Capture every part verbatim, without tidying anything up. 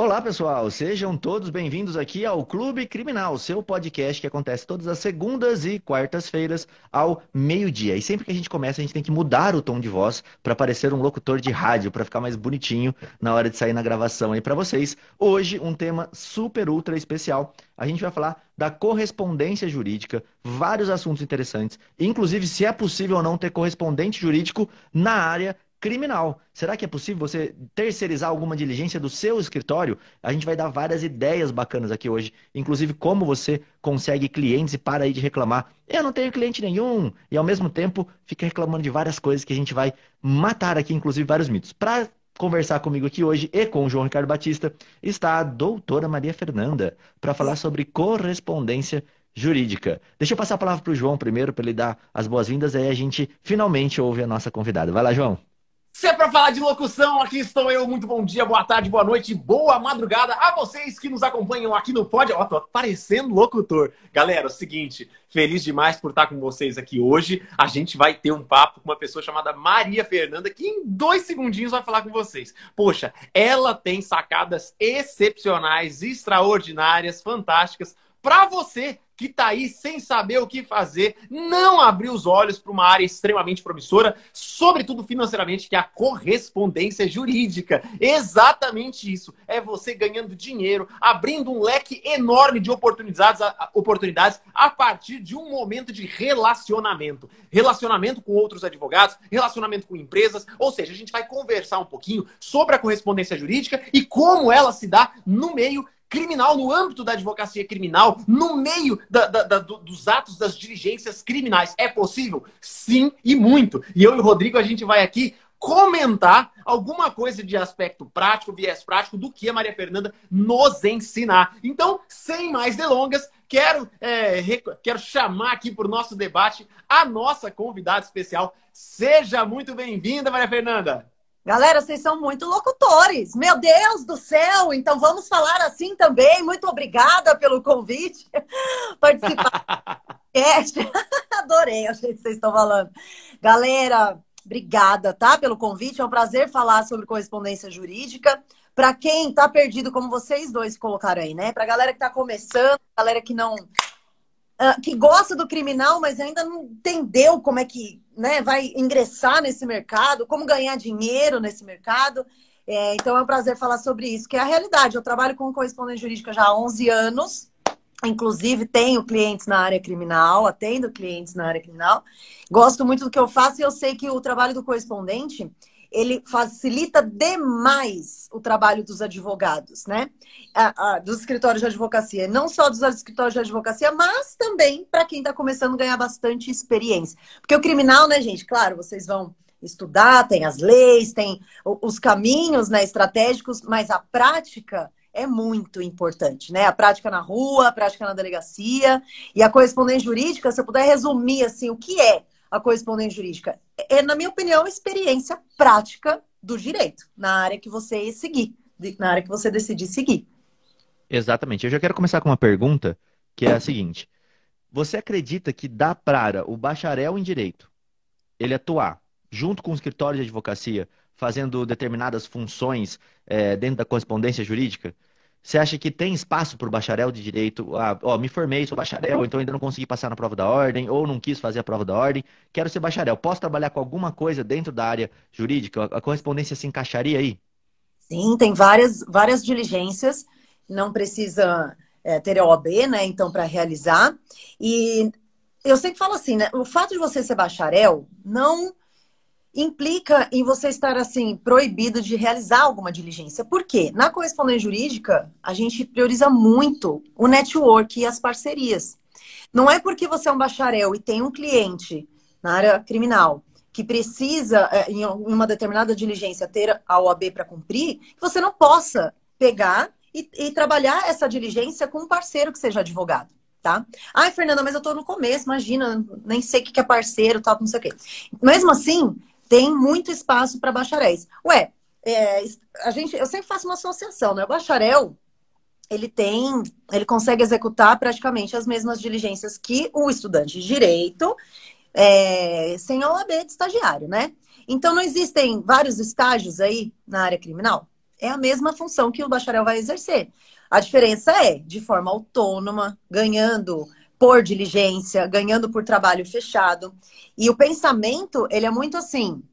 Olá, pessoal, sejam todos bem-vindos aqui ao Clube Criminal, seu podcast que acontece todas as segundas e quartas-feiras ao meio-dia. E sempre que a gente começa, a gente tem que mudar o tom de voz para parecer um locutor de rádio, para ficar mais bonitinho na hora de sair na gravação aí para vocês. Hoje, um tema super ultra especial. A gente vai falar da correspondência jurídica, vários assuntos interessantes, inclusive se é possível ou não ter correspondente jurídico na área criminal. Será que é possível você terceirizar alguma diligência do seu escritório? A gente vai dar várias ideias bacanas aqui hoje, inclusive como você consegue clientes e para aí de reclamar. Eu não tenho cliente nenhum, e ao mesmo tempo fica reclamando de várias coisas que a gente vai matar aqui, inclusive vários mitos. Para conversar comigo aqui hoje e com o João Ricardo Batista, está a doutora Maria Fernanda, para falar sobre correspondência jurídica. Deixa eu passar a palavra para o João primeiro, para ele dar as boas-vindas, aí a gente finalmente ouve a nossa convidada. Vai lá, João. Se é para falar de locução, aqui estou eu. Muito bom dia, boa tarde, boa noite, boa madrugada a vocês que nos acompanham aqui no Pod. Ó, tô parecendo locutor. Galera, é o seguinte, feliz demais por estar com vocês aqui hoje. A gente vai ter um papo com uma pessoa chamada Maria Fernanda, que em dois segundinhos vai falar com vocês. Poxa, ela tem sacadas excepcionais, extraordinárias, fantásticas, para você que está aí sem saber o que fazer, não abrir os olhos para uma área extremamente promissora, sobretudo financeiramente, que é a correspondência jurídica. Exatamente isso. É você ganhando dinheiro, abrindo um leque enorme de oportunidades, oportunidades a partir de um momento de relacionamento. Relacionamento com outros advogados, relacionamento com empresas, ou seja, a gente vai conversar um pouquinho sobre a correspondência jurídica e como ela se dá no meio criminal, no âmbito da advocacia criminal, no meio da, da, da, dos atos das diligências criminais. É possível? Sim, e muito. E eu e o Rodrigo, a gente vai aqui comentar alguma coisa de aspecto prático, viés prático, do que a Maria Fernanda nos ensinar. Então, sem mais delongas, quero, é, quero chamar aqui para o nosso debate a nossa convidada especial. Seja muito bem-vinda, Maria Fernanda. Galera, vocês são muito locutores. Meu Deus do céu! Então vamos falar assim também. Muito obrigada pelo convite. Participar. Adorei o jeito que vocês estão falando. Galera, obrigada, tá? Pelo convite. É um prazer falar sobre correspondência jurídica. Para quem está perdido, como vocês dois colocaram aí, né? Para a galera que está começando, galera que não... Uh, que gosta do criminal, mas ainda não entendeu como é que, né, vai ingressar nesse mercado, como ganhar dinheiro nesse mercado. É, então é um prazer falar sobre isso, que é a realidade. Eu trabalho com correspondente jurídica já há onze anos, inclusive tenho clientes na área criminal, atendo clientes na área criminal. Gosto muito do que eu faço e eu sei que o trabalho do correspondente, ele facilita demais o trabalho dos advogados, né? A, a, dos escritórios de advocacia. Não só dos escritórios de advocacia, mas também para quem está começando a ganhar bastante experiência. Porque o criminal, né, gente? Claro, vocês vão estudar, tem as leis, tem os caminhos, né, estratégicos, mas a prática é muito importante, né? A prática na rua, a prática na delegacia. E a correspondência jurídica, se eu puder resumir assim, o que é a correspondência jurídica? É, na minha opinião, experiência prática do direito, na área que você seguir, na área que você decidir seguir. Exatamente. Eu já quero começar com uma pergunta, que é a seguinte. Você acredita que dá para o bacharel em direito, ele atuar junto com o escritório de advocacia, fazendo determinadas funções é, dentro da correspondência jurídica? Você acha que tem espaço para o bacharel de direito? Ah, ó, me formei, sou bacharel, então ainda não consegui passar na prova da ordem, ou não quis fazer a prova da ordem, quero ser bacharel. Posso trabalhar com alguma coisa dentro da área jurídica? A correspondência se encaixaria aí? Sim, tem várias, várias diligências, não precisa é, ter O A B, né, então, para realizar. E eu sempre falo assim, né, o fato de você ser bacharel não implica em você estar, assim, proibido de realizar alguma diligência. Por quê? Na correspondência jurídica, a gente prioriza muito o network e as parcerias. Não é porque você é um bacharel e tem um cliente na área criminal que precisa, em uma determinada diligência, ter a O A B para cumprir, que você não possa pegar e, e trabalhar essa diligência com um parceiro que seja advogado. Tá? Ai, Fernanda, mas eu tô no começo, imagina, nem sei o que é parceiro, tal, não sei o quê. Mesmo assim, tem muito espaço para bacharéis. Ué, é, a gente, eu sempre faço uma associação, né? O bacharel, ele tem, ele consegue executar praticamente as mesmas diligências que o estudante de direito, é, sem a O A B de estagiário, né? Então, não existem vários estágios aí na área criminal? é a mesma função que o bacharel vai exercer. A diferença é de forma autônoma, ganhando por diligência, ganhando por trabalho fechado. E o pensamento, ele é muito assim,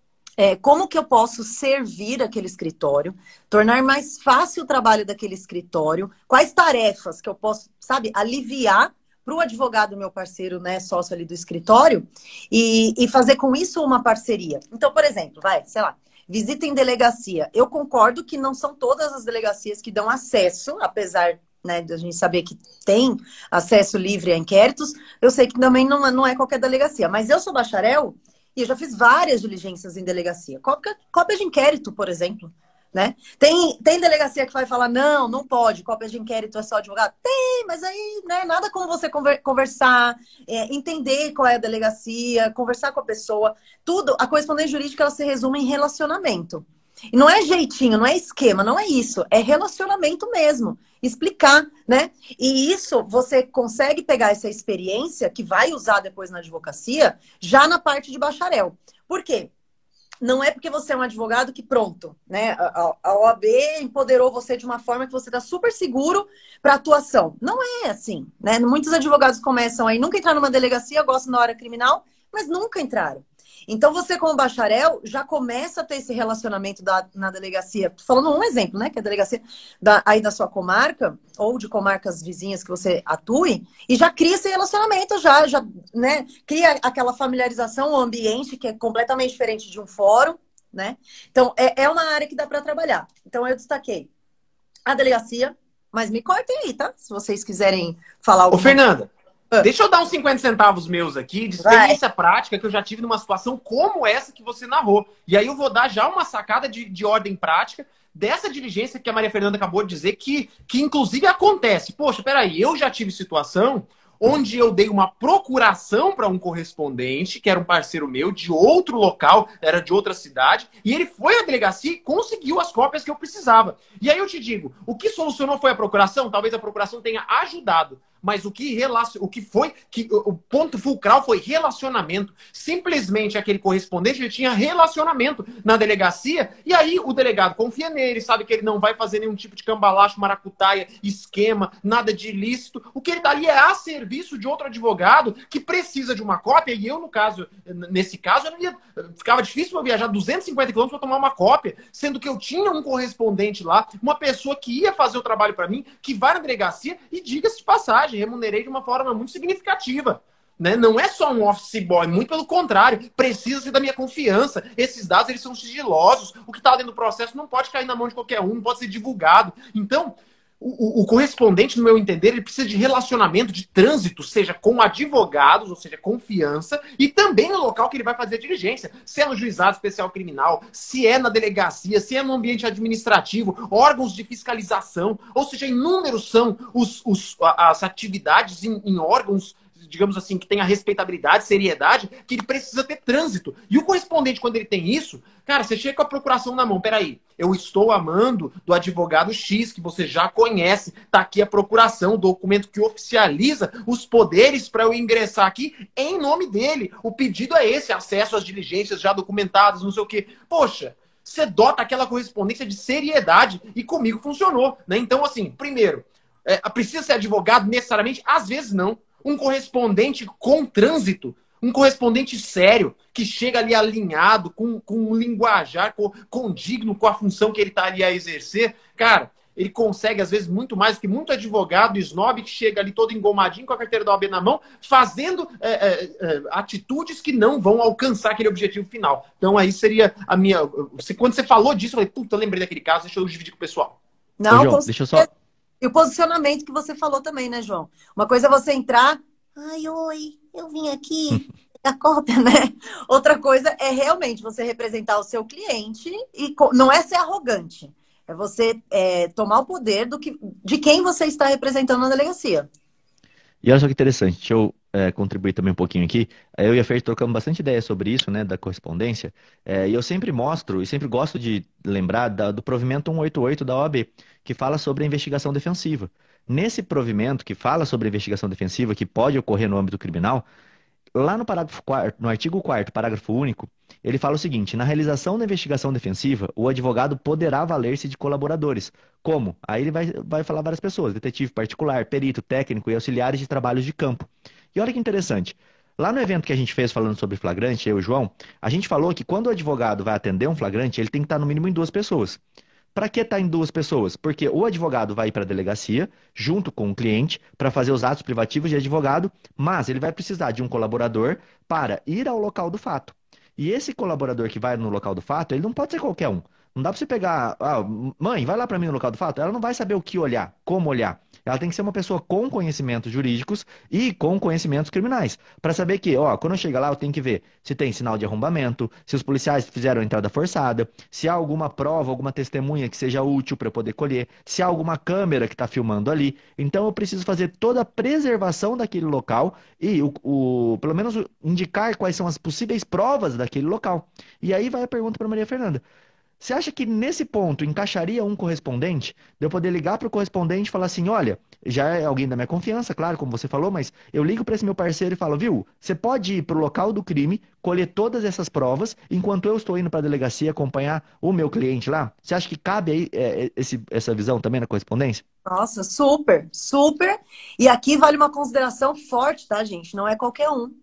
é, como que eu posso servir aquele escritório, tornar mais fácil o trabalho daquele escritório, quais tarefas que eu posso, sabe, aliviar para o advogado, meu parceiro, né, sócio ali do escritório, e, e fazer com isso uma parceria. Então, por exemplo, vai, sei lá, visita em delegacia. Eu concordo que não são todas as delegacias que dão acesso, apesar, né, de a gente saber que tem acesso livre a inquéritos, eu sei que também não, não é qualquer delegacia. Mas eu sou bacharel e eu já fiz várias diligências em delegacia. Cópia, cópia de inquérito, por exemplo. Né? Tem, tem delegacia que vai falar, não, não pode, cópia de inquérito é só advogado. Tem, mas aí, né, nada como você conver, conversar, é, entender qual é a delegacia, conversar com a pessoa. Tudo, a correspondência jurídica, ela se resume em relacionamento. E não é jeitinho, não é esquema, não é isso. É relacionamento mesmo. Explicar, né? E isso, você consegue pegar essa experiência que vai usar depois na advocacia, já na parte de bacharel. Por quê? Não é porque você é um advogado que pronto, né? A, a O A B empoderou você de uma forma que você está super seguro para atuação. Não é assim, né? Muitos advogados começam aí, nunca entraram numa delegacia, gostam da área criminal, mas nunca entraram. Então, você, como bacharel, já começa a ter esse relacionamento da, na delegacia. Tô falando um exemplo, né? Que é a delegacia da, aí da sua comarca, ou de comarcas vizinhas que você atue, e já cria esse relacionamento, já, já né? Cria aquela familiarização, o ambiente, que é completamente diferente de um fórum, né? Então, é, é uma área que dá para trabalhar. Então, eu destaquei a delegacia, mas me cortem aí, tá? Se vocês quiserem falar alguma coisa. Ô, Fernanda, ah. deixa eu dar uns cinquenta centavos meus aqui de experiência Vai. prática que eu já tive numa situação como essa que você narrou. E aí eu vou dar já uma sacada de, de ordem prática dessa diligência que a Maria Fernanda acabou de dizer, que, que inclusive acontece. Poxa, peraí, eu já tive situação onde eu dei uma procuração para um correspondente, que era um parceiro meu, de outro local, era de outra cidade, e ele foi à delegacia e conseguiu as cópias que eu precisava. E aí eu te digo, o que solucionou foi a procuração? Talvez a procuração tenha ajudado, mas o que, relacion... o que foi, que o ponto fulcral foi relacionamento. Simplesmente aquele correspondente, ele tinha relacionamento na delegacia, e aí o delegado confia nele, sabe que ele não vai fazer nenhum tipo de cambalacho, maracutaia, esquema, nada de ilícito. O que ele dá ali é a serviço de outro advogado que precisa de uma cópia, e eu, no caso, nesse caso, eu não ia... ficava difícil eu viajar duzentos e cinquenta quilômetros para tomar uma cópia, sendo que eu tinha um correspondente lá, uma pessoa que ia fazer o trabalho para mim, que vai na delegacia, e diga-se de passagem, remunerei de uma forma muito significativa. Né? Não é só um office boy, muito pelo contrário, precisa-se da minha confiança. Esses dados, eles são sigilosos, o que está dentro do processo não pode cair na mão de qualquer um, não pode ser divulgado. Então, o, o, o correspondente, no meu entender, ele precisa de relacionamento, de trânsito, seja com advogados, ou seja, confiança, e também no local que ele vai fazer a diligência. Se é no juizado especial criminal, se é na delegacia, se é no ambiente administrativo, órgãos de fiscalização, ou seja, inúmeros são os, os, as atividades em, em órgãos, digamos assim, que tem a respeitabilidade, seriedade, que ele precisa ter trânsito. E o correspondente, quando ele tem isso, cara, você chega com a procuração na mão, peraí, eu estou amando do advogado X, que você já conhece, tá aqui a procuração, o documento que oficializa os poderes para eu ingressar aqui em nome dele. O pedido é esse, acesso às diligências já documentadas, não sei o quê. Poxa, você dota aquela correspondência de seriedade, e comigo funcionou, né? Então, assim, primeiro, é, precisa ser advogado necessariamente? Às vezes não. Um correspondente com trânsito, um correspondente sério, que chega ali alinhado, com, com um linguajar com, condigno com a função que ele está ali a exercer, cara, ele consegue, às vezes, muito mais que muito advogado snob que chega ali todo engomadinho com a carteira da O A B na mão, fazendo é, é, é, atitudes que não vão alcançar aquele objetivo final. Então, aí seria a minha... Quando você falou disso, eu falei, puta, eu lembrei daquele caso, deixa eu dividir com o pessoal. Não, Ô, João, deixa eu só... E o posicionamento que você falou também, né, João? Uma coisa é você entrar, ai, oi, eu vim aqui, a cópia, né? Outra coisa é realmente você representar o seu cliente e não é ser arrogante, é você é, tomar o poder do que, de quem você está representando na delegacia. E olha só que interessante, deixa eu é, contribuir também um pouquinho aqui. Eu e a Fer trocamos bastante ideia sobre isso, né, da correspondência. É, e eu sempre mostro, e sempre gosto de lembrar da, do provimento cento e oitenta e oito da O A B, que fala sobre a investigação defensiva. Nesse provimento que fala sobre a investigação defensiva, que pode ocorrer no âmbito criminal, lá no parágrafo quarto, no artigo quarto, parágrafo único, ele fala o seguinte: na realização da investigação defensiva, o advogado poderá valer-se de colaboradores. Como? Aí ele vai, vai falar várias pessoas: detetive particular, perito, técnico e auxiliares de trabalhos de campo. E olha que interessante. Lá no evento que a gente fez falando sobre flagrante, eu e o João, a gente falou que quando o advogado vai atender um flagrante, ele tem que estar no mínimo em duas pessoas. Para que estar em duas pessoas? Porque o advogado vai ir para a delegacia, junto com o cliente, para fazer os atos privativos de advogado, mas ele vai precisar de um colaborador para ir ao local do fato. E esse colaborador que vai no local do fato, ele não pode ser qualquer um. Não dá para você pegar, ah, mãe, vai lá para mim no local do fato. Ela não vai saber o que olhar, como olhar. Ela tem que ser uma pessoa com conhecimentos jurídicos e com conhecimentos criminais. Para saber que, ó, quando eu chegar lá, eu tenho que ver se tem sinal de arrombamento, se os policiais fizeram a entrada forçada, se há alguma prova, alguma testemunha que seja útil para eu poder colher, se há alguma câmera que está filmando ali. Então eu preciso fazer toda a preservação daquele local e, o, o, pelo menos, indicar quais são as possíveis provas daquele local. E aí vai a pergunta para Maria Fernanda. Você acha que nesse ponto encaixaria um correspondente? De eu poder ligar para o correspondente e falar assim: olha, já é alguém da minha confiança, claro, como você falou, mas eu ligo para esse meu parceiro e falo: viu, você pode ir para o local do crime, colher todas essas provas, enquanto eu estou indo para a delegacia acompanhar o meu cliente lá? Você acha que cabe aí é, esse, essa visão também na correspondência? Nossa, super, super. E aqui vale uma consideração forte, tá, gente? Não é qualquer um.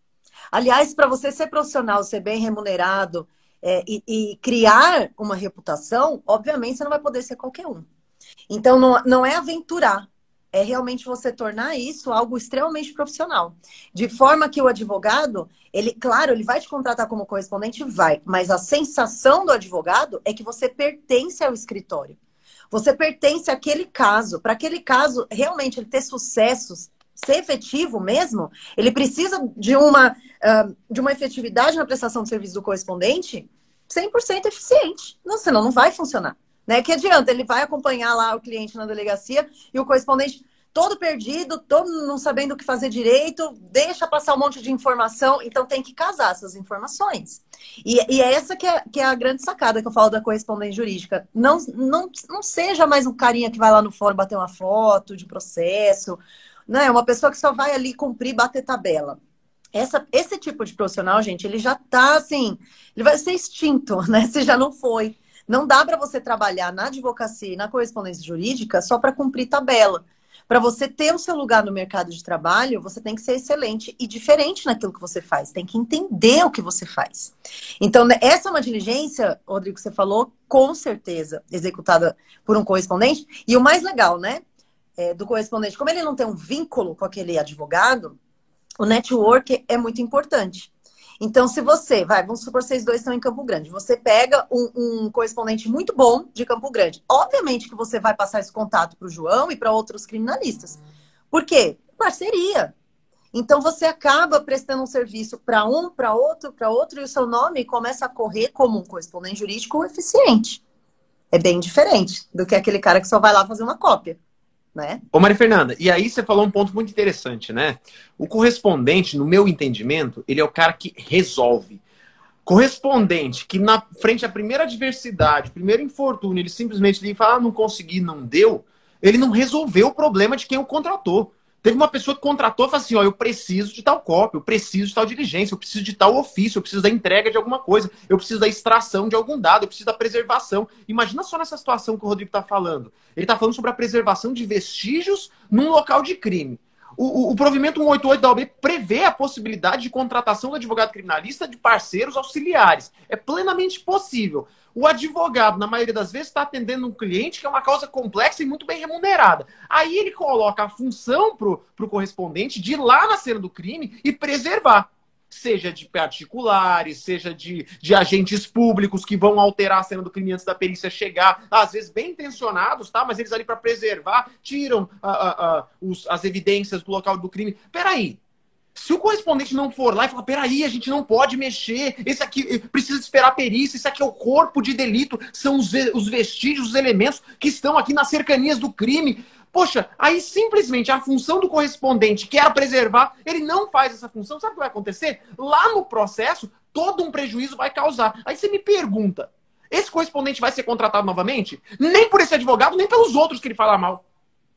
Aliás, para você ser profissional, ser bem remunerado, É, e, e criar uma reputação, obviamente você não vai poder ser qualquer um. Então não, não é aventurar, é realmente você tornar isso algo extremamente profissional. De forma que o advogado, ele, claro, ele vai te contratar como correspondente, vai, mas a sensação do advogado é que você pertence ao escritório. Você pertence àquele caso. Para aquele caso realmente ele ter sucessos, ser efetivo mesmo, ele precisa de uma, uh, de uma efetividade na prestação de serviço do correspondente cem por cento eficiente. Não, senão não vai funcionar. Né? Que adianta? Ele vai acompanhar lá o cliente na delegacia e o correspondente todo perdido, todo não sabendo o que fazer direito, deixa passar um monte de informação. Então tem que casar essas informações. E, e é essa que é, que é a grande sacada que eu falo da correspondência jurídica. Não, não, não seja mais um carinha que vai lá no fórum bater uma foto de processo. Não, é uma pessoa que só vai ali cumprir, bater tabela. Essa, esse tipo de profissional, gente, ele já tá assim, ele vai ser extinto, né? Se já não foi. Não dá para você trabalhar na advocacia e na correspondência jurídica só para cumprir tabela. Para você ter o seu lugar no mercado de trabalho, você tem que ser excelente e diferente naquilo que você faz. Tem que entender o que você faz. Então, essa é uma diligência, Rodrigo, que você falou, com certeza, executada por um correspondente. E o mais legal, né? É, do correspondente, como ele não tem um vínculo com aquele advogado, o network é muito importante. Então, se você, vai, vamos supor que vocês dois estão em Campo Grande, você pega um, um correspondente muito bom de Campo Grande. Obviamente que você vai passar esse contato para o João e para outros criminalistas. Por quê? Parceria. Então, você acaba prestando um serviço para um, para outro, para outro, e o seu nome começa a correr como um correspondente jurídico eficiente. É bem diferente do que aquele cara que só vai lá fazer uma cópia. Né? Ô Maria Fernanda, e aí você falou um ponto muito interessante, né? O correspondente, no meu entendimento, ele é o cara que resolve. Correspondente que na frente à primeira adversidade, primeiro infortúnio, ele simplesmente liga e fala: ah, não consegui, não deu, ele não resolveu o problema de quem o contratou. Teve uma pessoa que contratou e falou assim: ó, eu preciso de tal cópia, eu preciso de tal diligência, eu preciso de tal ofício, eu preciso da entrega de alguma coisa, eu preciso da extração de algum dado, eu preciso da preservação. Imagina só nessa situação que o Rodrigo está falando. Ele está falando sobre a preservação de vestígios num local de crime. O, o, o provimento cento e oitenta e oito da O A B prevê a possibilidade de contratação do advogado criminalista de parceiros auxiliares. É plenamente possível. O advogado, na maioria das vezes, está atendendo um cliente que é uma causa complexa e muito bem remunerada. Aí ele coloca a função para o correspondente de ir lá na cena do crime e preservar. Seja de particulares, seja de, de agentes públicos que vão alterar a cena do crime antes da perícia chegar, às vezes bem intencionados, tá? Mas eles ali para preservar, tiram a, a, a, os, as evidências do local do crime. Peraí, se o correspondente não for lá e falar: peraí, a gente não pode mexer, esse aqui precisa esperar a perícia, isso aqui é o corpo de delito, são os, os vestígios, os elementos que estão aqui nas cercanias do crime. Poxa, aí simplesmente a função do correspondente, que era preservar, ele não faz essa função. Sabe o que vai acontecer? Lá no processo, todo um prejuízo vai causar. Aí você me pergunta, esse correspondente vai ser contratado novamente? Nem por esse advogado, nem pelos outros que ele fala mal.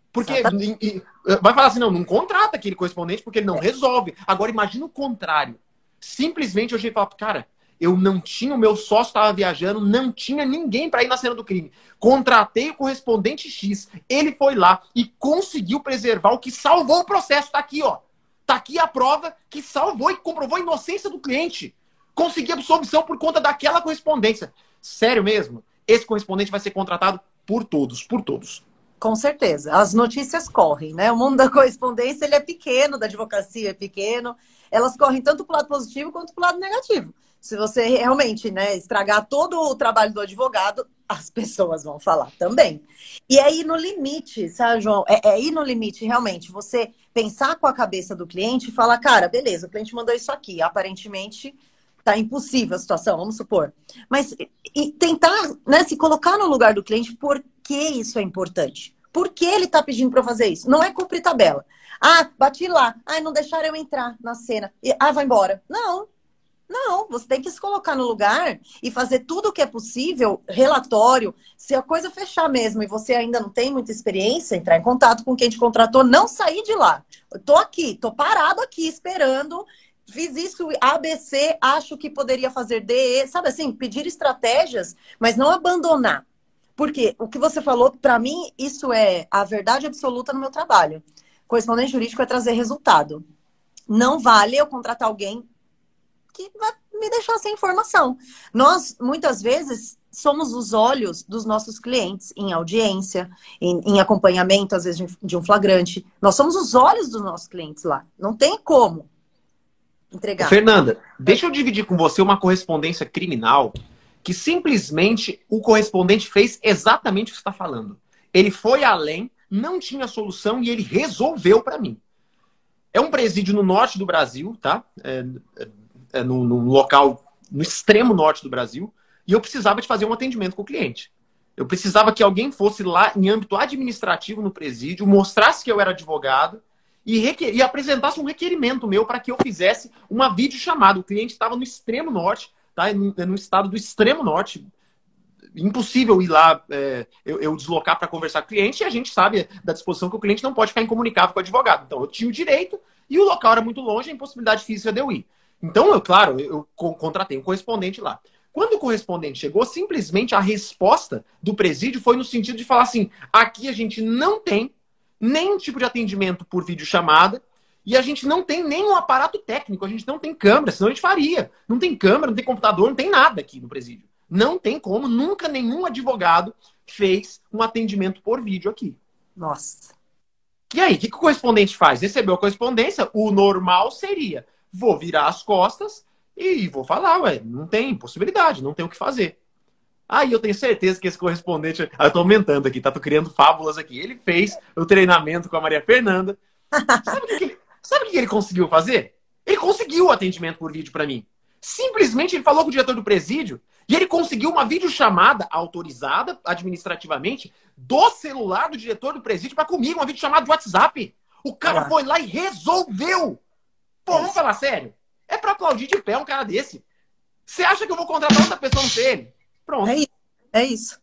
Porque e, e, vai falar assim, não, não contrata aquele correspondente porque ele não resolve. Agora, imagina o contrário. Simplesmente eu cheguei e falei, cara, eu não tinha, o meu sócio estava viajando, não tinha ninguém para ir na cena do crime. Contratei o correspondente X, ele foi lá e conseguiu preservar o que salvou o processo. Tá aqui, ó. Tá aqui a prova que salvou e comprovou a inocência do cliente. Consegui absolvição por conta daquela correspondência. Sério mesmo? Esse correspondente vai ser contratado por todos, por todos. Com certeza. As notícias correm, né? O mundo da correspondência, ele é pequeno, da advocacia é pequeno. Elas correm tanto para o lado positivo quanto para o lado negativo. Se você realmente, né, estragar todo o trabalho do advogado, as pessoas vão falar também. E é ir no limite, sabe, João? É, é ir no limite, realmente. Você pensar com a cabeça do cliente e falar, cara, beleza, o cliente mandou isso aqui. Aparentemente, tá impossível a situação, vamos supor. Mas e tentar, né, se colocar no lugar do cliente, por que isso é importante? Por que ele tá pedindo para eu fazer isso? Não é cumprir tabela. Ah, bati lá. Ah, não deixaram eu entrar na cena. E, ah, vai embora. Não. Não, você tem que se colocar no lugar e fazer tudo o que é possível, relatório. Se a coisa fechar mesmo e você ainda não tem muita experiência, entrar em contato com quem te contratou, não sair de lá. Eu tô aqui, tô parado aqui esperando, fiz isso A B C, acho que poderia fazer D E, sabe assim, pedir estratégias, mas não abandonar. Porque o que você falou, para mim, isso é a verdade absoluta no meu trabalho. Correspondente jurídico é trazer resultado. Não vale eu contratar alguém que vai me deixar sem informação. Nós, muitas vezes, somos os olhos dos nossos clientes em audiência, em, em acompanhamento, às vezes, de um flagrante. Nós somos os olhos dos nossos clientes lá. Não tem como entregar. Fernanda, deixa eu dividir com você uma correspondência criminal que simplesmente o correspondente fez exatamente o que você está falando. Ele foi além, não tinha solução e ele resolveu para mim. É um presídio no norte do Brasil, tá? É, é, no, no local, no extremo norte do Brasil, e eu precisava de fazer um atendimento com o cliente. Eu precisava que alguém fosse lá em âmbito administrativo no presídio, mostrasse que eu era advogado e, requer... e apresentasse um requerimento meu para que eu fizesse uma videochamada. O cliente estava no extremo norte, tá? no, no estado do extremo norte. Impossível ir lá, é, eu, eu deslocar para conversar com o cliente, e a gente sabe da disposição que o cliente não pode ficar incomunicável com o advogado. Então, eu tinha o direito e o local era muito longe, a impossibilidade física de eu ir. Então, eu, claro, eu contratei um correspondente lá. Quando o correspondente chegou, simplesmente a resposta do presídio foi no sentido de falar assim, aqui a gente não tem nenhum tipo de atendimento por videochamada e a gente não tem nenhum aparato técnico, a gente não tem câmera, senão a gente faria. Não tem câmera, não tem computador, não tem nada aqui no presídio. Não tem como, nunca nenhum advogado fez um atendimento por vídeo aqui. Nossa. E aí, o que, que o correspondente faz? Recebeu a correspondência, o normal seria, vou virar as costas e vou falar, ué, não tem possibilidade, não tem o que fazer. Aí eu tenho certeza que esse correspondente, ah, eu tô aumentando aqui, tá? Tô criando fábulas aqui. Ele fez o treinamento com a Maria Fernanda. Sabe o que, que, ele, sabe o que ele conseguiu fazer? Ele conseguiu o atendimento por vídeo para mim. Simplesmente ele falou com o diretor do presídio e ele conseguiu uma videochamada autorizada administrativamente do celular do diretor do presídio para comigo, uma videochamada de WhatsApp. O cara ah. foi lá e resolveu. Pô, vamos falar sério? É pra aplaudir de pé um cara desse. Você acha que eu vou contratar outra pessoa no C N? Pronto. É isso. É isso.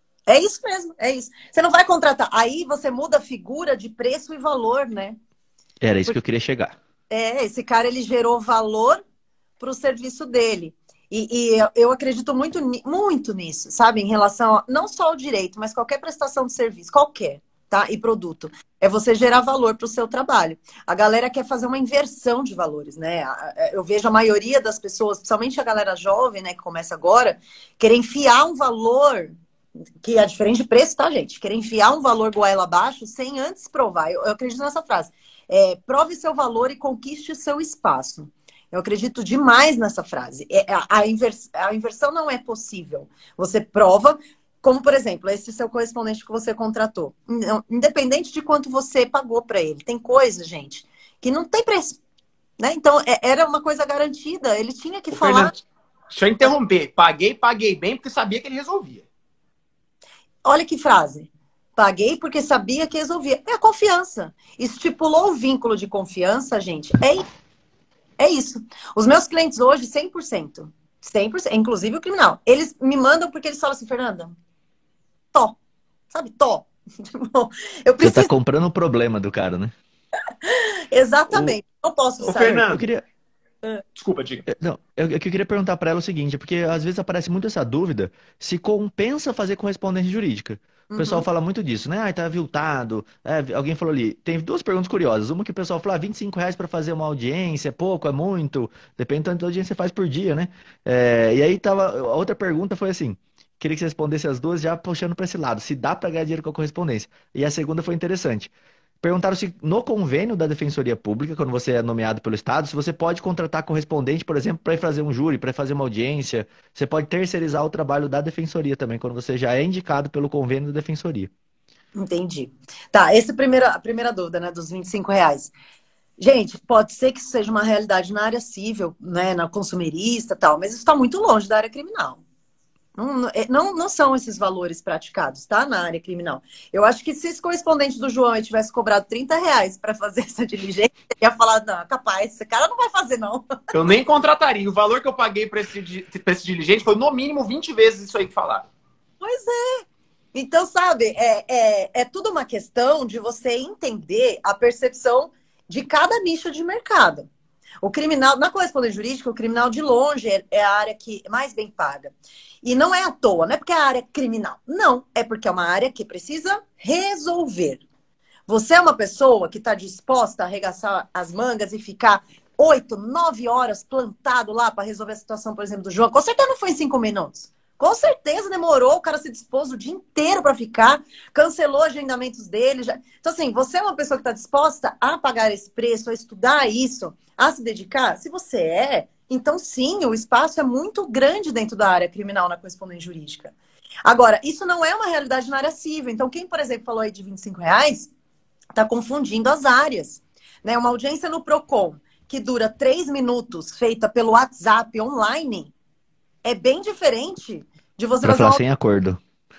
É isso mesmo. É isso. Você não vai contratar. Aí você muda a figura de preço e valor, né? Era isso Porque, que eu queria chegar. É, esse cara, ele gerou valor para o serviço dele. E, e eu acredito muito, muito nisso, sabe? Em relação a, não só ao direito, mas qualquer prestação de serviço, qualquer, tá? E produto. É você gerar valor para o seu trabalho. A galera quer fazer uma inversão de valores, né? Eu vejo a maioria das pessoas, principalmente a galera jovem, né, que começa agora, querer enfiar um valor, que é diferente de preço, tá, gente? Querer enfiar um valor goela abaixo sem antes provar. Eu, eu acredito nessa frase. É, prove seu valor e conquiste o seu espaço. Eu acredito demais nessa frase. A, invers, a inversão não é possível. Você prova, como, por exemplo, esse seu correspondente que você contratou. Independente de quanto você pagou para ele. Tem coisa, gente, que não tem preço. Né? Então, é, era uma coisa garantida. Ele tinha que Ô, falar... Fernanda, deixa eu interromper. Paguei, paguei bem, porque sabia que ele resolvia. Olha que frase. Paguei porque sabia que resolvia. É a confiança. Estipulou o vínculo de confiança, gente. É isso. É isso. Os meus clientes hoje, cem por cento. cem por cento, inclusive o criminal. Eles me mandam porque eles falam assim, Fernanda, tó. Sabe, tó. Bom, eu Você tá preciso. comprando o problema do cara, né? O, Exatamente. Não posso Ô, sair. eu Fernando, queria, desculpa, diga. É, Não, eu, eu queria perguntar para ela o seguinte, porque às vezes aparece muito essa dúvida se compensa fazer correspondência jurídica. O pessoal Uhum, fala muito disso, né? Ah, tá aviltado. É, alguém falou ali. Tem duas perguntas curiosas. Uma que o pessoal fala, ah, vinte e cinco reais para fazer uma audiência, é pouco, é muito? Depende do tanto de audiência você faz por dia, né? É, e aí tava. A outra pergunta foi assim. Queria que você respondesse as duas já puxando para esse lado. Se dá para ganhar dinheiro com a correspondência. E a segunda foi interessante. Perguntaram se no convênio da Defensoria Pública, quando você é nomeado pelo Estado, se você pode contratar correspondente, por exemplo, para ir fazer um júri, para fazer uma audiência. Você pode terceirizar o trabalho da Defensoria também, quando você já é indicado pelo convênio da Defensoria. entendi. Tá, essa é a primeira, a primeira dúvida, né, dos vinte e cinco reais. Gente, pode ser que isso seja uma realidade na área civil, né, na consumerista e tal, mas isso está muito longe da área criminal. Não, não, não são esses valores praticados, tá? Na área criminal. Eu acho que se esse correspondente do João aí tivesse cobrado trinta reais para fazer essa diligência, ele ia falar, não, capaz, esse cara não vai fazer, não. Eu nem contrataria. O valor que eu paguei para esse, di- pra esse diligente foi no mínimo vinte vezes isso aí que falaram. Pois é. Então, sabe, é, é, é tudo uma questão de você entender a percepção de cada nicho de mercado. O criminal, na correspondência jurídica, o criminal de longe é, é a área que mais bem paga. E não é à toa, não é porque é a área criminal. Não, é porque é uma área que precisa resolver. Você é uma pessoa que está disposta a arregaçar as mangas e ficar oito, nove horas plantado lá para resolver a situação, por exemplo, do João. Com certeza não foi em cinco minutos. Com certeza demorou, o cara se dispôs o dia inteiro para ficar, cancelou agendamentos dele. Já... Então, assim, você é uma pessoa que está disposta a pagar esse preço, a estudar isso, a se dedicar? Se você é, então sim, o espaço é muito grande dentro da área criminal na correspondência jurídica. Agora, isso não é uma realidade na área civil. Então, quem, por exemplo, falou aí de vinte e cinco reais, está confundindo as áreas. Né? Uma audiência no Procon, que dura três minutos, feita pelo WhatsApp online, é bem diferente de você Para fazer falar uma... sem acordo.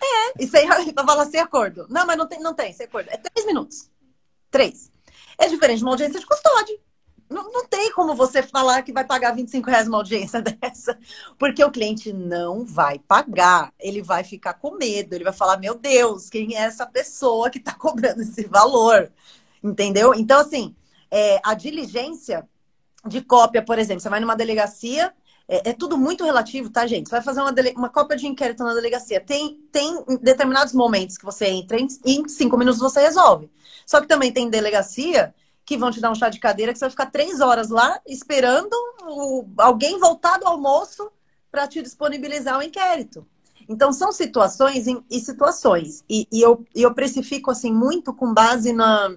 E sem... pra falar sem acordo. Não, mas não tem, não tem sem acordo. É três minutos. Três. É diferente de uma audiência de custódia. Não, não tem como você falar que vai pagar vinte e cinco reais uma audiência dessa, porque o cliente não vai pagar. Ele vai ficar com medo. Ele vai falar, meu Deus, quem é essa pessoa que está cobrando esse valor? Entendeu? Então, assim, é, a diligência de cópia, por exemplo, você vai numa delegacia... É, é tudo muito relativo, tá, gente? Você vai fazer uma, dele... uma cópia de inquérito na delegacia. Tem, tem determinados momentos que você entra e em cinco minutos você resolve. Só que também tem delegacia que vão te dar um chá de cadeira que você vai ficar três horas lá esperando o... alguém voltar do almoço para te disponibilizar o inquérito. Então, são situações em... e situações. E, e, eu, e eu precifico, assim, muito com base na,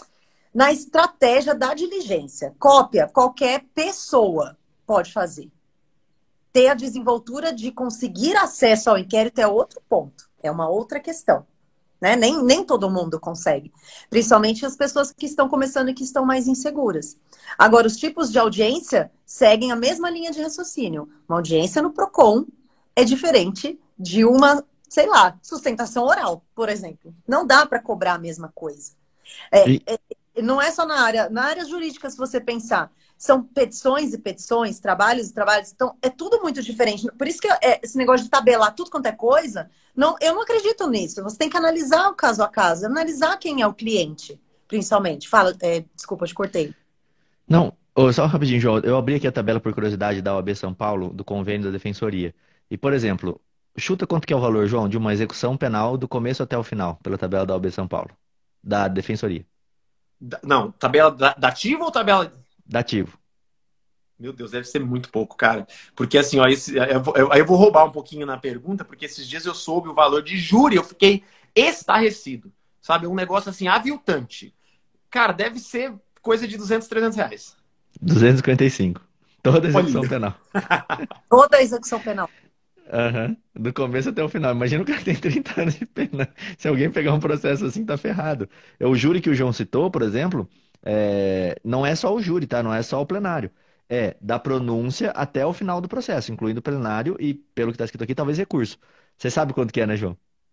na estratégia da diligência. Cópia, qualquer pessoa pode fazer. Ter a desenvoltura de conseguir acesso ao inquérito é outro ponto. É uma outra questão. Né? Nem, nem todo mundo consegue. Principalmente as pessoas que estão começando e que estão mais inseguras. Agora, os tipos de audiência seguem a mesma linha de raciocínio. Uma audiência no Procon é diferente de uma, sei lá, sustentação oral, por exemplo. Não dá para cobrar a mesma coisa. É, E, é, não é só na área, na área jurídica, se você pensar. São petições e petições, trabalhos e trabalhos. Então, é tudo muito diferente. Por isso que é, esse negócio de tabelar tudo quanto é coisa, não, eu não acredito nisso. Você tem que analisar o caso a caso, analisar quem é o cliente, principalmente. Fala, é, desculpa, eu te cortei. não, ô, só rapidinho, João. Eu abri aqui a tabela por curiosidade da O A B São Paulo, do convênio da Defensoria. E, por exemplo, chuta quanto que é o valor, João, de uma execução penal do começo até o final, pela tabela da O A B São Paulo, da Defensoria. Da- Não, tabela da- dativa ou tabela... Dativo. Meu Deus, deve ser muito pouco, cara. Porque assim, ó, esse, eu, vou- eu, aí eu vou roubar um pouquinho na pergunta, porque esses dias eu soube o valor de júri, eu fiquei estarrecido, sabe? Um negócio assim, aviltante. Cara, deve ser coisa de duzentos, trezentos reais. duzentos e cinquenta e cinco. Toda execução Olha. penal. Toda a execução penal. Aham. Do começo até o final. Imagina o cara tem trinta anos de pena. Se alguém pegar um processo assim, tá ferrado. É o júri que o João citou, por exemplo, é, não é só o júri, tá? Não é só o plenário. É da pronúncia até o final do processo, incluindo o plenário e, pelo que tá escrito aqui, talvez recurso. Você sabe quanto que é, né, João?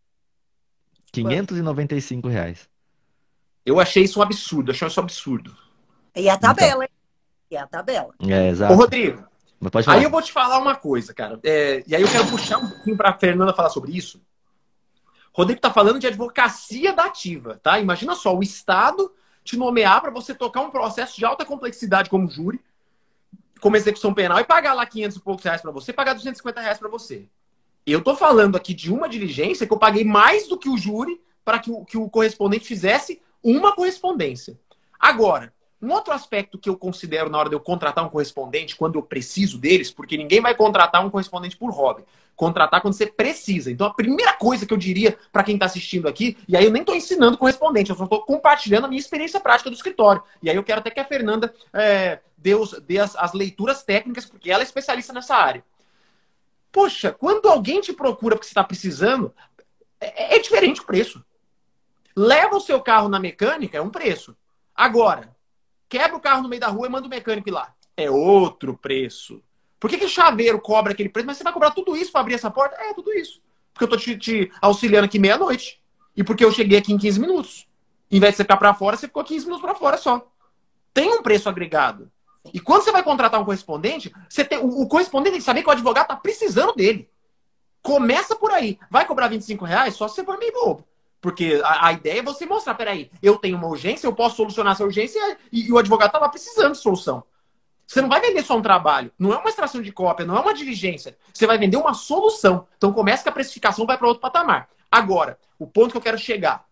Quanto? quinhentos e noventa e cinco reais. Eu achei isso um absurdo, achei isso um absurdo. E a Então, tabela, hein? E a tabela. é Ô, exato. Rodrigo, Mas pode aí eu falar. vou te falar uma coisa, cara. É, e aí eu quero puxar um pouquinho pra Fernanda falar sobre isso. Rodrigo tá falando de advocacia da ativa, tá? Imagina só, o Estado te nomear para você tocar um processo de alta complexidade como júri, como execução penal, e pagar lá quinhentos e poucos reais para você, pagar duzentos e cinquenta reais para você. Eu tô falando aqui de uma diligência que eu paguei mais do que o júri para que o, que o correspondente fizesse uma correspondência. Agora, um outro aspecto que eu considero na hora de eu contratar um correspondente, quando eu preciso deles, porque ninguém vai contratar um correspondente por hobby. Contratar quando você precisa. Então, a primeira coisa que eu diria para quem está assistindo aqui, e aí eu nem estou ensinando correspondente, eu só estou compartilhando a minha experiência prática do escritório. E aí eu quero até que a Fernanda é, dê, os, dê as, as leituras técnicas, porque ela é especialista nessa área. Poxa, quando alguém te procura porque você está precisando, é, é diferente o preço. Leva o seu carro na mecânica, é um preço. Agora, quebra o carro no meio da rua e manda o mecânico ir lá. É outro preço. Por que que o chaveiro cobra aquele preço? Mas você vai cobrar tudo isso para abrir essa porta? É, tudo isso. Porque eu tô te, te auxiliando aqui meia-noite. E porque eu cheguei aqui em quinze minutos. Em vez de você ficar para fora, você ficou quinze minutos para fora só. Tem um preço agregado. E quando você vai contratar um correspondente, você tem, o, o correspondente tem que saber que o advogado tá precisando dele. Começa por aí. Vai cobrar vinte e cinco reais só se você for meio bobo. Porque a, a ideia é você mostrar, peraí, eu tenho uma urgência, eu posso solucionar essa urgência e, e o advogado tá lá precisando de solução. Você não vai vender só um trabalho, não é uma extração de cópia, não é uma diligência. Você vai vender uma solução. Então começa que a precificação vai para outro patamar. Agora, o ponto que eu quero chegar.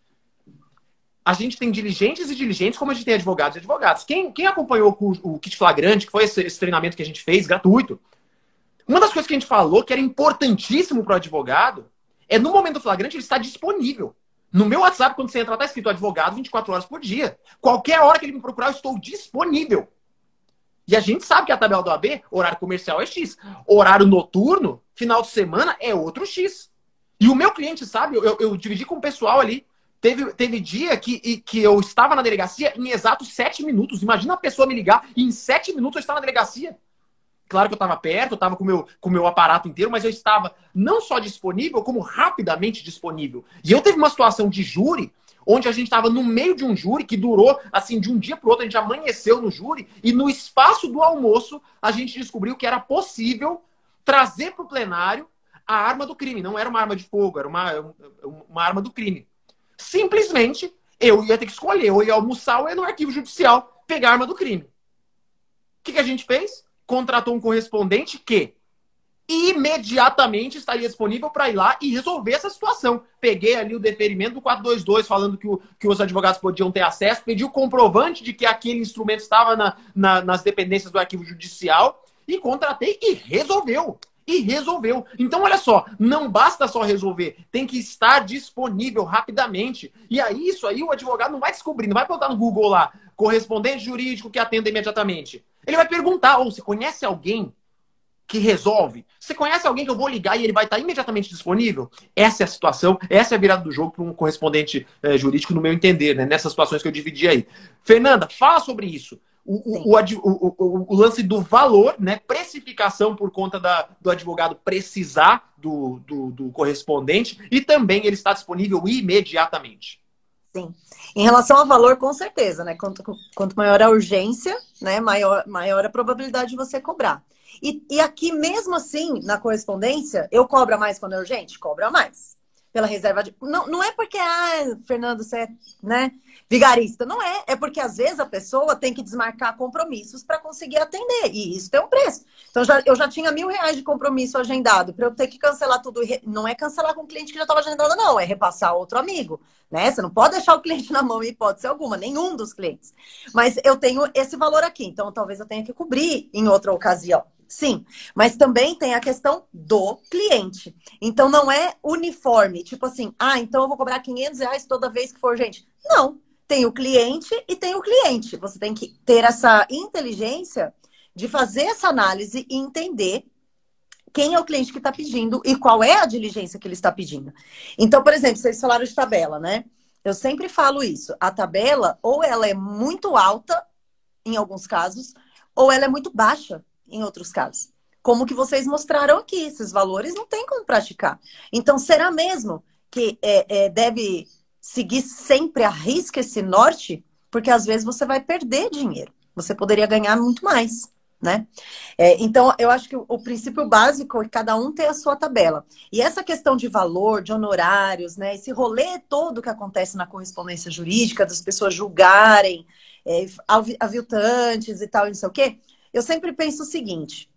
A gente tem diligentes e diligentes, como a gente tem advogados e advogados. Quem, quem acompanhou o, o Kit Flagrante, que foi esse, esse treinamento que a gente fez, gratuito, uma das coisas que a gente falou que era importantíssimo para o advogado é no momento do flagrante ele está disponível. No meu WhatsApp, quando você entrar, está escrito advogado vinte e quatro horas por dia. Qualquer hora que ele me procurar, eu estou disponível. E a gente sabe que a tabela do A B, horário comercial é X. Horário noturno, final de semana, é outro X. E o meu cliente sabe, eu, eu dividi com o pessoal ali. Teve, teve dia que, que eu estava na delegacia em exatos sete minutos. Imagina a pessoa me ligar e em sete minutos eu estava na delegacia. Claro que eu estava perto, eu estava com meu, o meu aparato inteiro, mas eu estava não só disponível, como rapidamente disponível. E eu teve uma situação de júri, onde a gente estava no meio de um júri que durou, assim, de um dia para o outro, a gente amanheceu no júri, e no espaço do almoço, a gente descobriu que era possível trazer para o plenário a arma do crime. Não era uma arma de fogo, era uma, uma arma do crime. Simplesmente, eu ia ter que escolher, ou ia almoçar, ou ia no arquivo judicial pegar a arma do crime. O que, que a gente fez? Contratou um correspondente que imediatamente estaria disponível para ir lá e resolver essa situação. Peguei ali o deferimento do quatrocentos e vinte e dois falando que, o, que os advogados podiam ter acesso, pedi o comprovante de que aquele instrumento estava na, na, nas dependências do arquivo judicial e contratei e resolveu. E resolveu. Então, olha só, não basta só resolver, tem que estar disponível rapidamente. E aí, isso aí, o advogado não vai descobrir, não vai botar no Google lá, correspondente jurídico que atenda imediatamente. Ele vai perguntar, ou oh, você conhece alguém que resolve? Você conhece alguém que eu vou ligar e ele vai estar imediatamente disponível? Essa é a situação, essa é a virada do jogo para um correspondente é, jurídico, no meu entender, né? Nessas situações que eu dividi aí. Fernanda, fala sobre isso. O, o, o, o, o lance do valor, né? Precificação por conta da, do advogado precisar do, do, do correspondente e também ele está disponível imediatamente. Sim. Em relação ao valor, com certeza, né? Quanto, quanto maior a urgência, né? Maior, maior a probabilidade de você cobrar. E, e aqui, mesmo assim, na correspondência, eu cobro mais quando é urgente? Cobra mais. Pela reserva de... Não, não é porque, ah, Fernando, você é, né, vigarista. Não é. É porque, às vezes, a pessoa tem que desmarcar compromissos para conseguir atender. E isso tem um preço. Então, já, eu já tinha mil reais de compromisso agendado. Para eu ter que cancelar tudo. Não é cancelar com o cliente que já estava agendado, não. É repassar outro amigo. Né? Você não pode deixar o cliente na mão em hipótese alguma. Nenhum dos clientes. Mas eu tenho esse valor aqui. Então, talvez eu tenha que cobrir em outra ocasião. Sim, mas também tem a questão do cliente. Então, não é uniforme. Tipo assim, ah, então eu vou cobrar quinhentos reais toda vez que for gente. Não, tem o cliente e tem o cliente. Você tem que ter essa inteligência de fazer essa análise e entender quem é o cliente que está pedindo e qual é a diligência que ele está pedindo. Então, por exemplo, vocês falaram de tabela, né? Eu sempre falo isso. A tabela, ou ela é muito alta, em alguns casos, ou ela é muito baixa, em outros casos. Como que vocês mostraram aqui, esses valores não tem como praticar. Então, será mesmo que é, é, deve seguir sempre a risca esse norte? Porque às vezes você vai perder dinheiro. Você poderia ganhar muito mais. né? É, então, eu acho que o, o princípio básico é que cada um tem a sua tabela. E essa questão de valor, de honorários, né? Esse rolê todo que acontece na correspondência jurídica, das pessoas julgarem, é, aviltantes e tal, e não sei o quê, eu sempre penso o seguinte: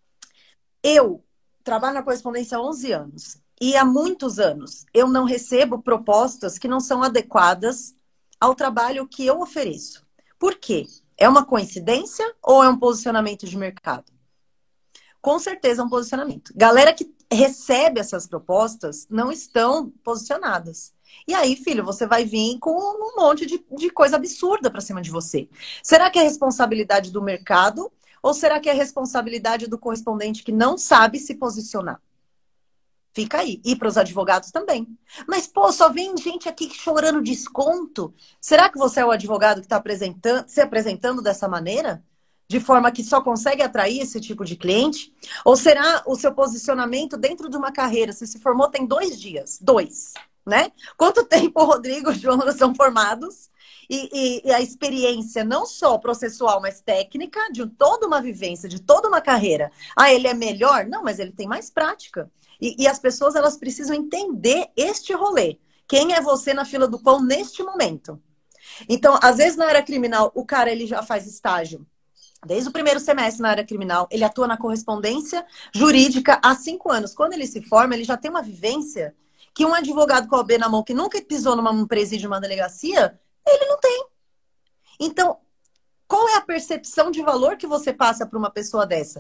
eu trabalho na correspondência há onze anos e há muitos anos eu não recebo propostas que não são adequadas ao trabalho que eu ofereço. Por quê? É uma coincidência ou é um posicionamento de mercado? Com certeza é um posicionamento. Galera que recebe essas propostas não estão posicionadas. E aí, filho, você vai vir com um monte de, de coisa absurda para cima de você. Será que é responsabilidade do mercado ou será que é responsabilidade do correspondente que não sabe se posicionar? Fica aí. E para os advogados também. Mas, pô, só vem gente aqui chorando desconto. Será que você é o advogado que está apresentando, se apresentando dessa maneira? De forma que só consegue atrair esse tipo de cliente? Ou será o seu posicionamento dentro de uma carreira? Você se formou tem dois dias. Dois, né? Quanto tempo o Rodrigo e o João são formados? E, e, e a experiência não só processual, mas técnica, de toda uma vivência, de toda uma carreira. Ah, ele é melhor? Não, mas ele tem mais prática. E, e as pessoas, elas precisam entender este rolê. Quem é você na fila do pão neste momento? Então, às vezes, na área criminal, o cara ele já faz estágio desde o primeiro semestre na área criminal. Ele atua na correspondência jurídica há cinco anos. Quando ele se forma, ele já tem uma vivência que um advogado com a O B na mão, que nunca pisou numa presídio, numa delegacia, ele não tem. Então, qual é a percepção de valor que você passa para uma pessoa dessa?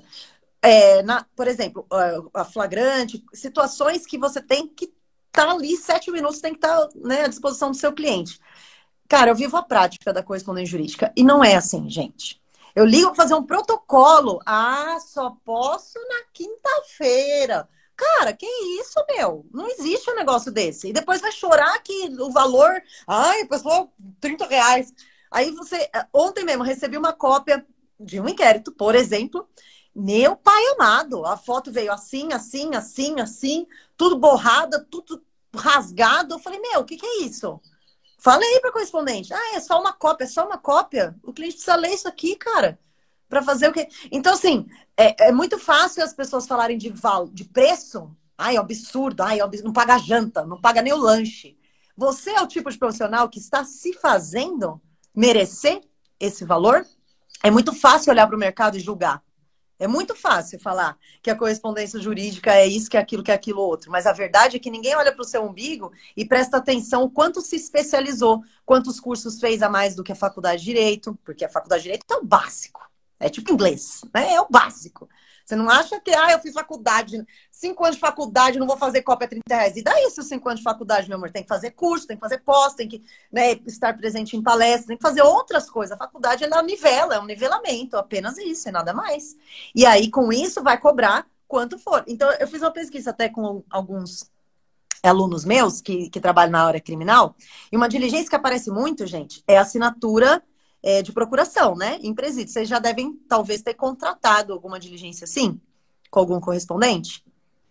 É, na, por exemplo, a flagrante, situações que você tem que estar tá ali sete minutos, tem que estar tá, né, à disposição do seu cliente. Cara, eu vivo a prática da correspondência jurídica e não é assim, gente. Eu ligo para fazer um protocolo. Ah, só posso na quinta-feira. Cara, que isso, meu? Não existe um negócio desse. E depois vai chorar que o valor... Ai, pessoal, trinta reais. Aí você... Ontem mesmo, recebi uma cópia de um inquérito, por exemplo... Meu pai amado, a foto veio assim, assim, assim, assim, tudo borrada, tudo rasgado. Eu falei, meu, o que, que é isso? Falei para o correspondente, ah, é só uma cópia, é só uma cópia. O cliente precisa ler isso aqui, cara, para fazer o quê? Então, assim, é, é muito fácil as pessoas falarem de, val, de preço. Ai, é absurdo, ai, é absurdo, não paga janta, não paga nem o lanche. Você é o tipo de profissional que está se fazendo merecer esse valor? É muito fácil olhar para o mercado e julgar. É muito fácil falar que a correspondência jurídica é isso, que é aquilo, que é aquilo outro. Mas a verdade é que ninguém olha para o seu umbigo e presta atenção o quanto se especializou, quantos cursos fez a mais do que a faculdade de Direito, porque a faculdade de Direito é o básico. É tipo inglês, né? É o básico. Você não acha que, ah, eu fiz faculdade, cinco anos de faculdade, não vou fazer cópia a trinta reais. E daí, esses cinco anos de faculdade, meu amor? Tem que fazer curso, tem que fazer pós, tem que, né, estar presente em palestras, tem que fazer outras coisas. A faculdade, ela nivela, é um nivelamento, apenas isso, e nada mais. E aí, com isso, vai cobrar quanto for. Então, eu fiz uma pesquisa até com alguns alunos meus que, que trabalham na área criminal, e uma diligência que aparece muito, gente, é a assinatura É, de procuração, né? Em presídio. Vocês já devem, talvez, ter contratado alguma diligência assim? Com algum correspondente?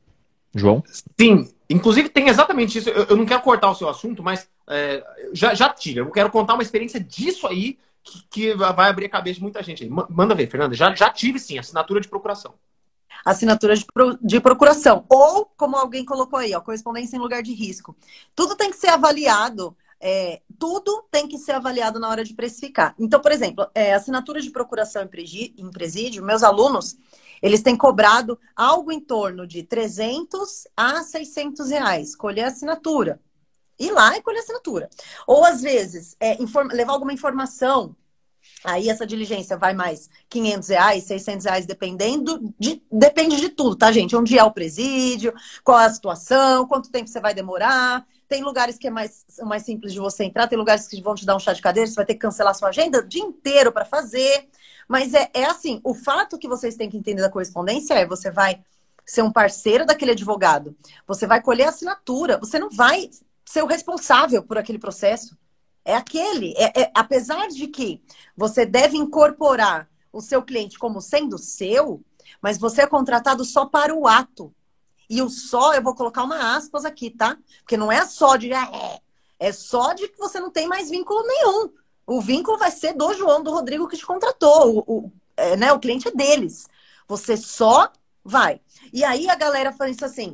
João? Sim. Inclusive, tem exatamente isso. Eu, eu não quero cortar o seu assunto, mas é, já, já tive. Eu quero contar uma experiência disso aí que, que vai abrir a cabeça de muita gente aí. Manda ver, Fernanda. Já, já tive, sim, assinatura de procuração. Assinatura de, pro, de procuração. Ou, como alguém colocou aí, ó, correspondência em lugar de risco. Tudo tem que ser avaliado. É, tudo tem que ser avaliado na hora de precificar. Então, por exemplo, é, assinatura de procuração em presídio, meus alunos, eles têm cobrado algo em torno de trezentos a seiscentos reais. Escolher a assinatura. Ir lá e colher a assinatura. Ou, às vezes, é, levar alguma informação. Aí essa diligência vai mais quinhentos reais, seiscentos reais, dependendo de, depende de tudo, tá, gente? Onde é o presídio, qual é a situação, quanto tempo você vai demorar. Tem lugares que é mais, mais simples de você entrar, tem lugares que vão te dar um chá de cadeira, você vai ter que cancelar sua agenda o dia inteiro para fazer. Mas é, é assim, o fato que vocês têm que entender da correspondência é você vai ser um parceiro daquele advogado, você vai colher a assinatura, você não vai ser o responsável por aquele processo. É aquele. É, é, apesar de que você deve incorporar o seu cliente como sendo seu, mas você é contratado só para o ato. E o só, eu vou colocar uma aspas aqui, tá? Porque não é só de... É, é só de que você não tem mais vínculo nenhum. O vínculo vai ser do João, do Rodrigo que te contratou. O, o, é, né, o cliente é deles. Você só vai. E aí a galera fala isso assim,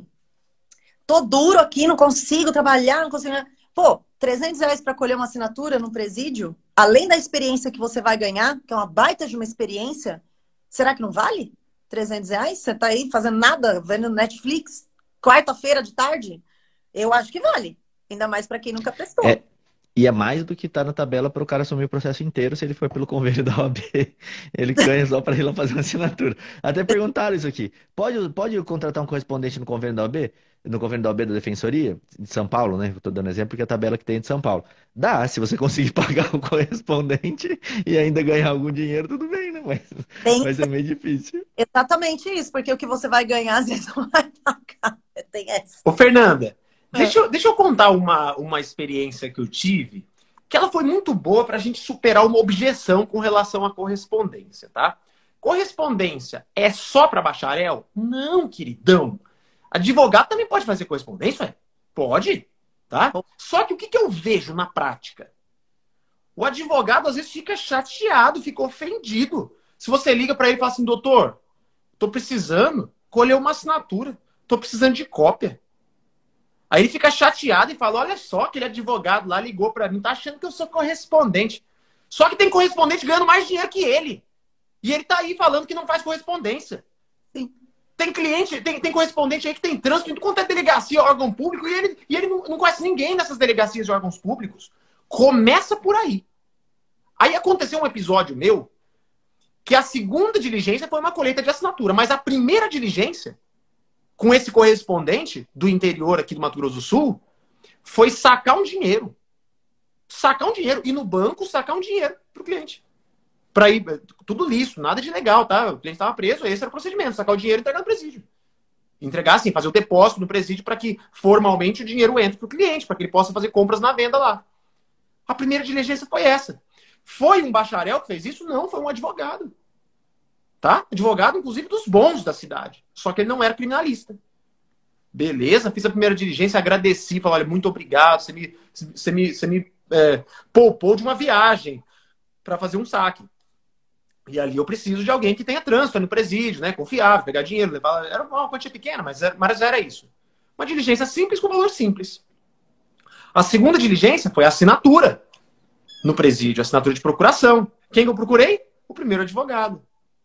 tô duro aqui, não consigo trabalhar, não consigo... Pô, trezentos reais para colher uma assinatura no presídio, além da experiência que você vai ganhar, que é uma baita de uma experiência, será que não vale? trezentos reais? Você tá aí fazendo nada, vendo Netflix, quarta-feira de tarde? Eu acho que vale. Ainda mais para quem nunca prestou. É, e é mais do que tá na tabela para o cara assumir o processo inteiro se ele for pelo convênio da O A B. Ele ganha só para ir lá fazer uma assinatura. Até perguntaram isso aqui. Pode, pode contratar um correspondente no convênio da O A B? No convênio da O A B da Defensoria de São Paulo, né? Estou dando exemplo porque é a tabela que tem de São Paulo. Dá, se você conseguir pagar o correspondente e ainda ganhar algum dinheiro, tudo bem, né? Mas Tem vai ser meio difícil. exatamente isso, porque o que você vai ganhar, às vezes, não vai pagar. Tem essa. Ô, Fernanda, deixa eu, deixa eu contar uma, uma experiência que eu tive, que ela foi muito boa para a gente superar uma objeção com relação à correspondência, tá? Correspondência é só para bacharel? Não, queridão. Advogado também pode fazer correspondência? Ué? Pode, tá? Só que o que, que eu vejo na prática? O advogado às vezes fica chateado, fica ofendido. Se você liga para ele e fala assim, doutor, tô precisando colher uma assinatura, tô precisando de cópia. Aí ele fica chateado e fala, olha só, aquele advogado lá ligou para mim, tá achando que eu sou correspondente. Só que tem correspondente ganhando mais dinheiro que ele. E ele tá aí falando que não faz correspondência. Sim. Tem cliente, tem, tem correspondente aí que tem trânsito, tudo quanto é delegacia, órgão público, e ele, e ele não, não conhece ninguém nessas delegacias de órgãos públicos. Começa por aí. Aí aconteceu um episódio meu que a segunda diligência foi uma colheita de assinatura, mas a primeira diligência com esse correspondente do interior aqui do Mato Grosso do Sul foi sacar um dinheiro. Sacar um dinheiro. E no banco sacar um dinheiro pro cliente. Pra ir, tudo liso, nada de legal, tá? O cliente estava preso, esse era o procedimento, sacar o dinheiro e entregar no presídio. Entregar, assim, fazer o depósito no presídio para que formalmente o dinheiro entre pro cliente, para que ele possa fazer compras na venda lá. A primeira diligência foi essa. Foi um bacharel que fez isso? Não, foi um advogado. Tá? Advogado, inclusive, dos bons da cidade. Só que ele não era criminalista. Beleza, fiz a primeira diligência, agradeci, falei, olha, muito obrigado, você me, você me, você me é, poupou de uma viagem para fazer um saque. E ali eu preciso de alguém que tenha trânsito no presídio, né? Confiável, pegar dinheiro, levar... Era uma quantia pequena, mas era, mas era isso. Uma diligência simples com valor simples. A segunda diligência foi a assinatura no presídio, assinatura de procuração. Quem que eu procurei? O primeiro advogado.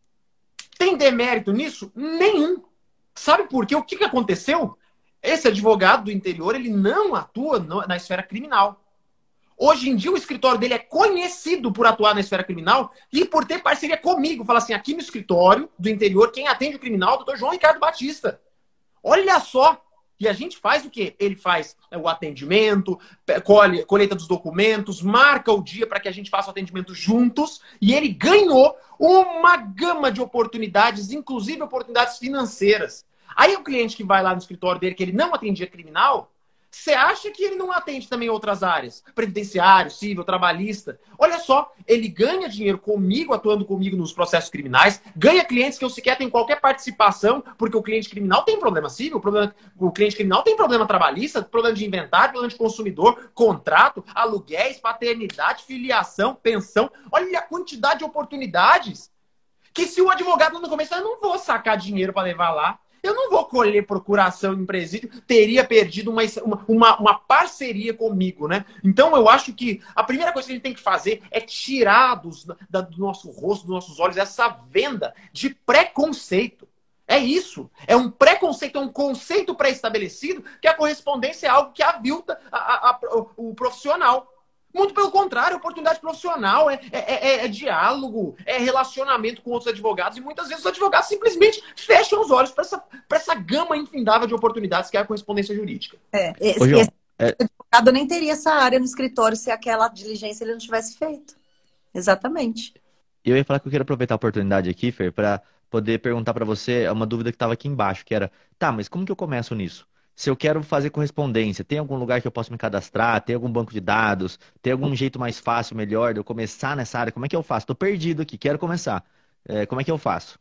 Tem demérito nisso? Nenhum. Sabe por quê? O que, que aconteceu? Esse advogado do interior, ele não atua no, na esfera criminal. Hoje em dia, o escritório dele é conhecido por atuar na esfera criminal e por ter parceria comigo. Fala assim, aqui no escritório do interior, quem atende o criminal é o doutor João Ricardo Batista. Olha só. E a gente faz o quê? Ele faz o atendimento, colhe, colheita dos documentos, marca o dia para que a gente faça o atendimento juntos. E ele ganhou uma gama de oportunidades, inclusive oportunidades financeiras. Aí o cliente que vai lá no escritório dele, que ele não atendia criminal, você acha que ele não atende também outras áreas? Previdenciário, civil, trabalhista. Olha só, ele ganha dinheiro comigo, atuando comigo nos processos criminais, ganha clientes que eu sequer tenho qualquer participação, porque o cliente criminal tem problema civil, o, problema, o cliente criminal tem problema trabalhista, problema de inventário, problema de consumidor, contrato, aluguéis, paternidade, filiação, pensão. Olha a quantidade de oportunidades que se o advogado no começo, eu não vou sacar dinheiro para levar lá, eu não vou colher procuração em presídio, teria perdido uma, uma, uma parceria comigo, né? Então, eu acho que a primeira coisa que a gente tem que fazer é tirar dos, da, do nosso rosto, dos nossos olhos, essa venda de preconceito. É isso. É um preconceito, é um conceito pré-estabelecido que a correspondência é algo que avilta a, a, a, o profissional. Muito pelo contrário, oportunidade profissional, é, é, é, é diálogo, é relacionamento com outros advogados. E muitas vezes os advogados simplesmente fecham os olhos para essa, para essa gama infindável de oportunidades que é a correspondência jurídica. É, esse, Ô, João, esse é... advogado nem teria essa área no escritório se aquela diligência ele não tivesse feito. Exatamente. Eu ia falar que eu quero aproveitar a oportunidade aqui, Fer, para poder perguntar para você uma dúvida que estava aqui embaixo, que era, tá, mas como que eu começo nisso? Se eu quero fazer correspondência, tem algum lugar que eu posso me cadastrar? Tem algum banco de dados? Tem algum jeito mais fácil, melhor de eu começar nessa área? Como é que eu faço? Estou perdido aqui, quero começar. É, como é que eu faço?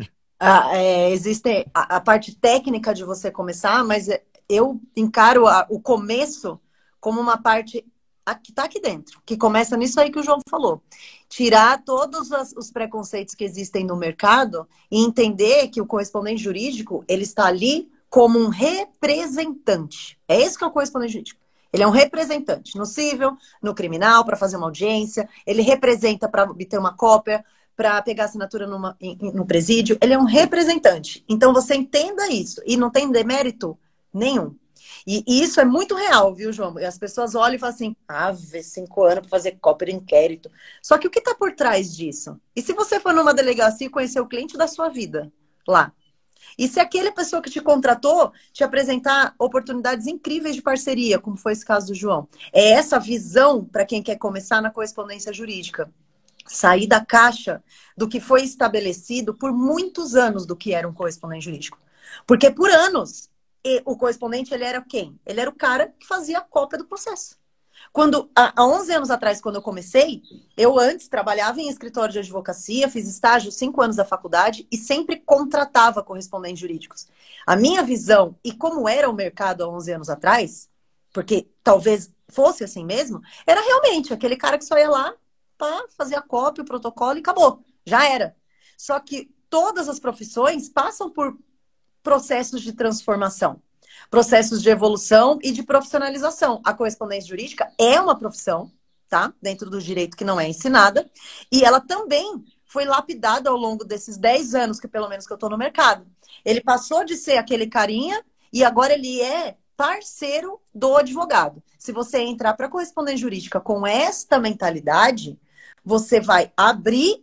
Ah, é, existe a, a parte técnica de você começar, mas eu encaro a, o começo como uma parte aqui, tá aqui dentro, que começa nisso aí que o João falou. Tirar todos as, os preconceitos que existem no mercado e entender que o correspondente jurídico, ele está ali como um representante. É esse que é o correspondente jurídico. Ele é um representante no cível, no criminal, para fazer uma audiência, ele representa para obter uma cópia, para pegar assinatura numa, no presídio, ele é um representante. Então você entenda isso, e não tem demérito nenhum. E, e isso é muito real, viu, João? E as pessoas olham e falam assim, ah, vê cinco anos para fazer cópia de inquérito. Só que o que está por trás disso? E se você for numa delegacia e conhecer o cliente da sua vida lá? E se aquela pessoa que te contratou te apresentar oportunidades incríveis de parceria, como foi esse caso do João? É essa visão para quem quer começar na correspondência jurídica. Sair da caixa do que foi estabelecido por muitos anos do que era um correspondente jurídico. Porque por anos, o correspondente ele era quem? Ele era o cara que fazia a cópia do processo. Quando, há onze anos atrás, quando eu comecei, eu antes trabalhava em escritório de advocacia, fiz estágio cinco anos da faculdade e sempre contratava correspondentes jurídicos. A minha visão e como era o mercado há onze anos atrás, porque talvez fosse assim mesmo, era realmente aquele cara que só ia lá para fazer a cópia, o protocolo e acabou. Já era. Só que todas as profissões passam por processos de transformação, processos de evolução e de profissionalização. A correspondência jurídica é uma profissão, tá? Dentro do direito que não é ensinada. E ela também foi lapidada ao longo desses dez anos, que pelo menos que eu estou no mercado. Ele passou de ser aquele carinha e agora ele é parceiro do advogado. Se você entrar para correspondência jurídica com esta mentalidade, você vai abrir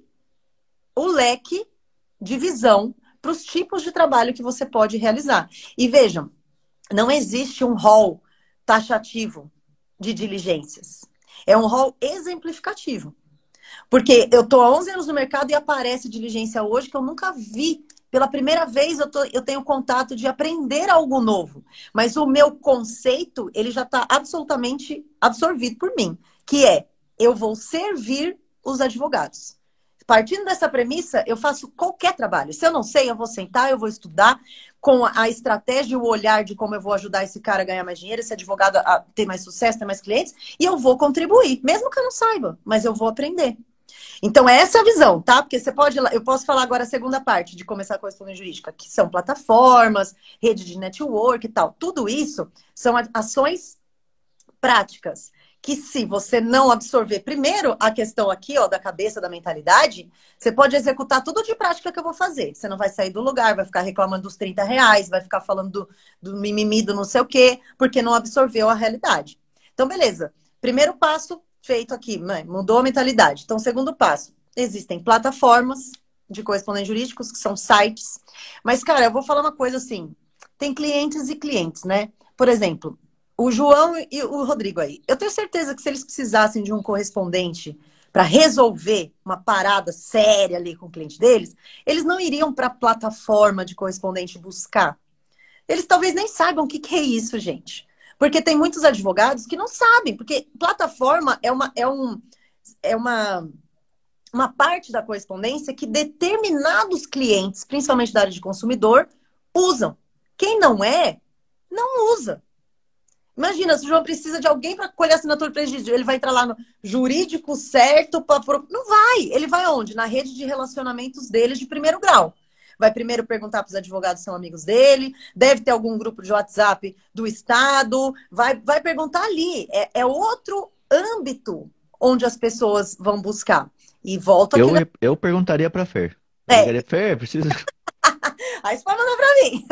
o leque de visão para os tipos de trabalho que você pode realizar. E vejam, não existe um rol taxativo de diligências. É um rol exemplificativo. Porque eu estou há onze anos no mercado e aparece diligência hoje que eu nunca vi. Pela primeira vez eu, tô, eu tenho contato de aprender algo novo. Mas o meu conceito, ele já está absolutamente absorvido por mim. Que é, eu vou servir os advogados. Partindo dessa premissa, eu faço qualquer trabalho. Se eu não sei, eu vou sentar, eu vou estudar com a estratégia e o olhar de como eu vou ajudar esse cara a ganhar mais dinheiro, esse advogado a ter mais sucesso, ter mais clientes, e eu vou contribuir, mesmo que eu não saiba, mas eu vou aprender. Então, essa é a visão, tá? Porque você pode, eu posso falar agora a segunda parte de começar a correspondência jurídica, que são plataformas, rede de network e tal. Tudo isso são ações práticas. Que se você não absorver primeiro a questão aqui, ó, da cabeça, da mentalidade, você pode executar tudo de prática que eu vou fazer. Você não vai sair do lugar, vai ficar reclamando dos trinta reais, vai ficar falando do, do mimimi, do não sei o quê, porque não absorveu a realidade. Então, beleza. Primeiro passo feito aqui, né? Mudou a mentalidade. Então, segundo passo, existem plataformas de correspondentes jurídicos, que são sites. Mas, cara, eu vou falar uma coisa assim, tem clientes e clientes, né? Por exemplo, o João e o Rodrigo aí. Eu tenho certeza que se eles precisassem de um correspondente para resolver uma parada séria ali com o cliente deles, eles não iriam para a plataforma de correspondente buscar. Eles talvez nem saibam o que, que é isso, gente. Porque tem muitos advogados que não sabem, porque plataforma é uma, é um, é uma, uma parte da correspondência que determinados clientes, principalmente da área de consumidor, usam. Quem não é, não usa. Imagina, se o João precisa de alguém para colher assinatura de prestígio, ele vai entrar lá no jurídico certo para... Não vai! Ele vai onde? Na rede de relacionamentos deles de primeiro grau. Vai primeiro perguntar para os advogados que são amigos dele, deve ter algum grupo de WhatsApp do Estado, vai, vai perguntar ali. É, é outro âmbito onde as pessoas vão buscar. E volta Eu, aqui na... eu perguntaria para Fer. Eu É. ligaria, Fer, precisa... Aí você pode mandar para mim.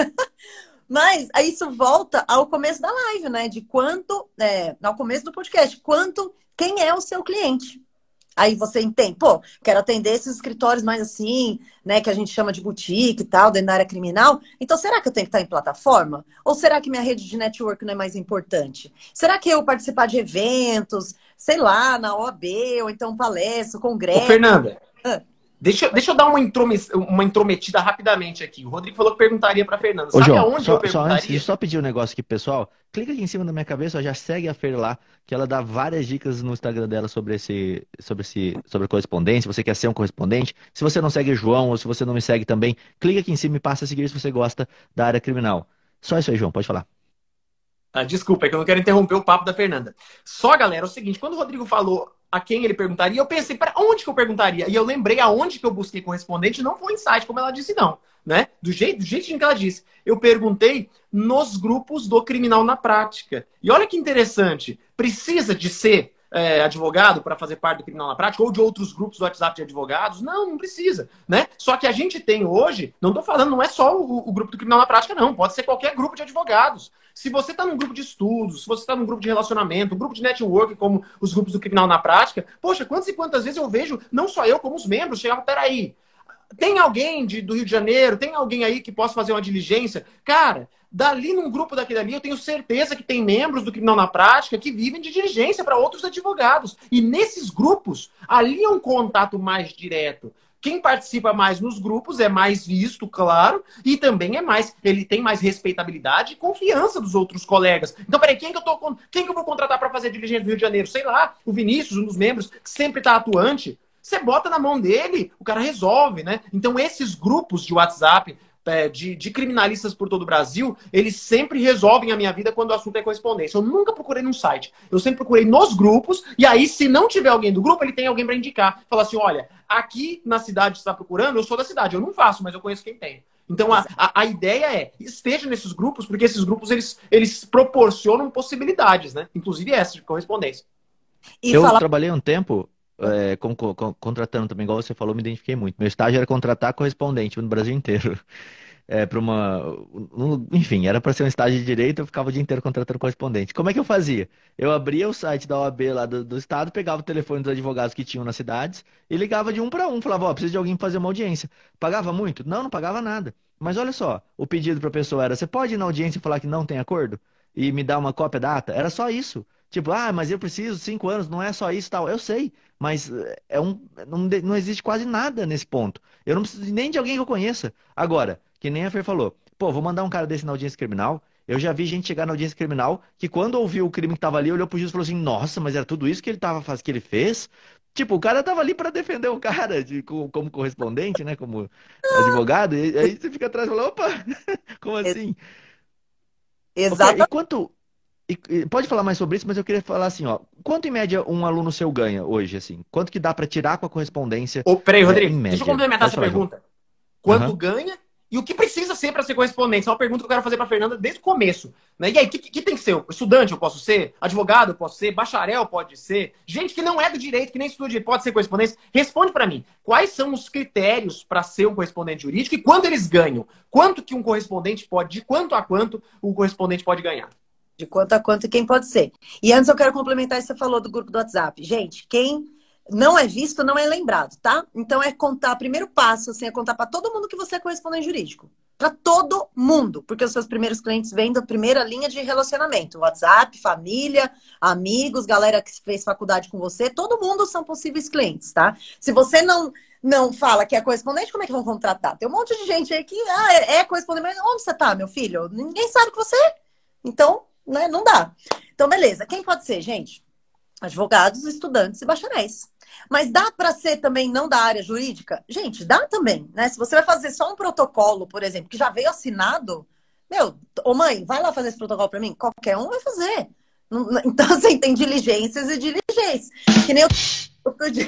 Mas aí isso volta ao começo da live, né? De quanto, é, ao começo do podcast, quanto, quem é o seu cliente. Aí você entende, pô, quero atender esses escritórios mais assim, né? Que a gente chama de boutique e tal, dentro da área criminal. Então, será que eu tenho que estar em plataforma? Ou será que minha rede de network não é mais importante? Será que eu participar de eventos, sei lá, na O A B, ou então palestra, congresso? Ô, Fernanda, ah. Deixa, deixa eu dar uma, introme, uma intrometida rapidamente aqui. O Rodrigo falou que perguntaria para Fernanda. Ô, Sabe João, aonde só, eu só perguntaria? antes de só pedir um negócio aqui, pessoal, clica aqui em cima da minha cabeça, ó, já segue a Fer lá, que ela dá várias dicas no Instagram dela sobre esse, sobre esse, sobre correspondência. Se você quer ser um correspondente, se você não segue o João ou se você não me segue também, clica aqui em cima e passa a seguir se você gosta da área criminal. Só isso aí, João, pode falar. Ah, desculpa, é que eu não quero interromper o papo da Fernanda. Só, galera, é o seguinte, quando o Rodrigo falou a quem ele perguntaria, eu pensei, para onde que eu perguntaria? E eu lembrei aonde que eu busquei correspondente, não foi em site, como ela disse, não. Né? Do jeito, do jeitinho que ela disse. Eu perguntei nos grupos do Criminal na Prática. E olha que interessante, precisa de ser é, advogado para fazer parte do Criminal na Prática ou de outros grupos do WhatsApp de advogados? Não, não precisa, né? Só que a gente tem hoje, não estou falando, não é só o, o grupo do Criminal na Prática, não. Pode ser qualquer grupo de advogados. Se você está num grupo de estudos, se você está num grupo de relacionamento, um grupo de network, como os grupos do Criminal na Prática, poxa, quantas e quantas vezes eu vejo, não só eu, como os membros, chegavam, peraí, tem alguém de, do Rio de Janeiro, tem alguém aí que possa fazer uma diligência? Cara, dali num grupo daqui dali, eu tenho certeza que tem membros do Criminal na Prática que vivem de diligência para outros advogados. E nesses grupos, ali é um contato mais direto. Quem participa mais nos grupos é mais visto, claro, e também é mais, ele tem mais respeitabilidade e confiança dos outros colegas. Então, peraí, quem que eu, tô, quem que eu vou contratar para fazer diligência do Rio de Janeiro? Sei lá, o Vinícius, um dos membros, que sempre está atuante. Você bota na mão dele, o cara resolve, né? Então, esses grupos de WhatsApp, é, de, de criminalistas por todo o Brasil, eles sempre resolvem a minha vida quando o assunto é correspondência. Eu nunca procurei num site. Eu sempre procurei nos grupos, e aí, se não tiver alguém do grupo, ele tem alguém para indicar. Fala assim, olha, aqui na cidade que você está procurando, eu sou da cidade. Eu não faço, mas eu conheço quem tem. Então, a, a, a ideia é, esteja nesses grupos, porque esses grupos, eles, eles proporcionam possibilidades, né? Inclusive essa de correspondência. E eu fala... trabalhei um tempo... É, com, com, contratando também, igual você falou, me identifiquei muito. Meu estágio era contratar correspondente no Brasil inteiro. É, para uma. Um, enfim, era para ser um estágio de direito, eu ficava o dia inteiro contratando correspondente. Como é que eu fazia? Eu abria o site da O A B lá do, do estado, pegava o telefone dos advogados que tinham nas cidades e ligava de um para um. Falava, ó, oh, preciso de alguém pra fazer uma audiência. Pagava muito? Não, não pagava nada. Mas olha só, o pedido para a pessoa era: você pode ir na audiência e falar que não tem acordo? E me dar uma cópia da ata? Era só isso. Tipo, ah, mas eu preciso cinco anos, não é só isso e tal. Eu sei, mas é um, não, não existe quase nada nesse ponto. Eu não preciso nem de alguém que eu conheça. Agora, que nem a Fer falou, pô, vou mandar um cara desse na audiência criminal. Eu já vi gente chegar na audiência criminal que quando ouviu o crime que tava ali, olhou pro juiz e falou assim, nossa, mas era tudo isso que ele tava faz, que ele fez? Tipo, o cara tava ali para defender o cara de, como, como correspondente, né, como advogado. E aí você fica atrás e fala, opa, como assim? Exato. E quanto... E, e, pode falar mais sobre isso, mas eu queria falar assim, ó. Quanto em média um aluno seu ganha hoje, assim? Quanto que dá para tirar com a correspondência? Ô, peraí, Rodrigo, é, em média? Deixa eu complementar Pode essa pergunta. Junto. Quanto uhum. ganha e o que precisa ser para ser correspondente? É uma pergunta que eu quero fazer para Fernanda desde o começo. Né? E aí, o que, que tem que ser? Estudante eu posso ser? Advogado eu posso ser? Bacharel pode ser? Gente que não é do direito, que nem estuda direito, pode ser correspondente? Responde para mim. Quais são os critérios para ser um correspondente jurídico e quanto eles ganham? Quanto que um correspondente pode, de quanto a quanto o correspondente pode ganhar? De quanto a quanto e quem pode ser. E antes eu quero complementar isso que você falou do grupo do WhatsApp. Gente, quem não é visto não é lembrado, tá? Então é contar, primeiro passo, assim, é contar para todo mundo que você é correspondente jurídico. Para todo mundo, porque os seus primeiros clientes vêm da primeira linha de relacionamento. WhatsApp, família, amigos, galera que fez faculdade com você, todo mundo são possíveis clientes, tá? Se você não, não fala que é correspondente, como é que vão contratar? Tem um monte de gente aí que ah, é, é correspondente, mas onde você tá, meu filho? Ninguém sabe que você é. Então, né, não dá. Então, beleza. Quem pode ser, gente? Advogados, estudantes e bacharéis. Mas dá para ser também não da área jurídica? Gente, dá também, né? Se você vai fazer só um protocolo, por exemplo, que já veio assinado, meu, ô mãe, vai lá fazer esse protocolo para mim? Qualquer um vai fazer. Então, assim, tem diligências e diligências. Que nem eu... Outro dia,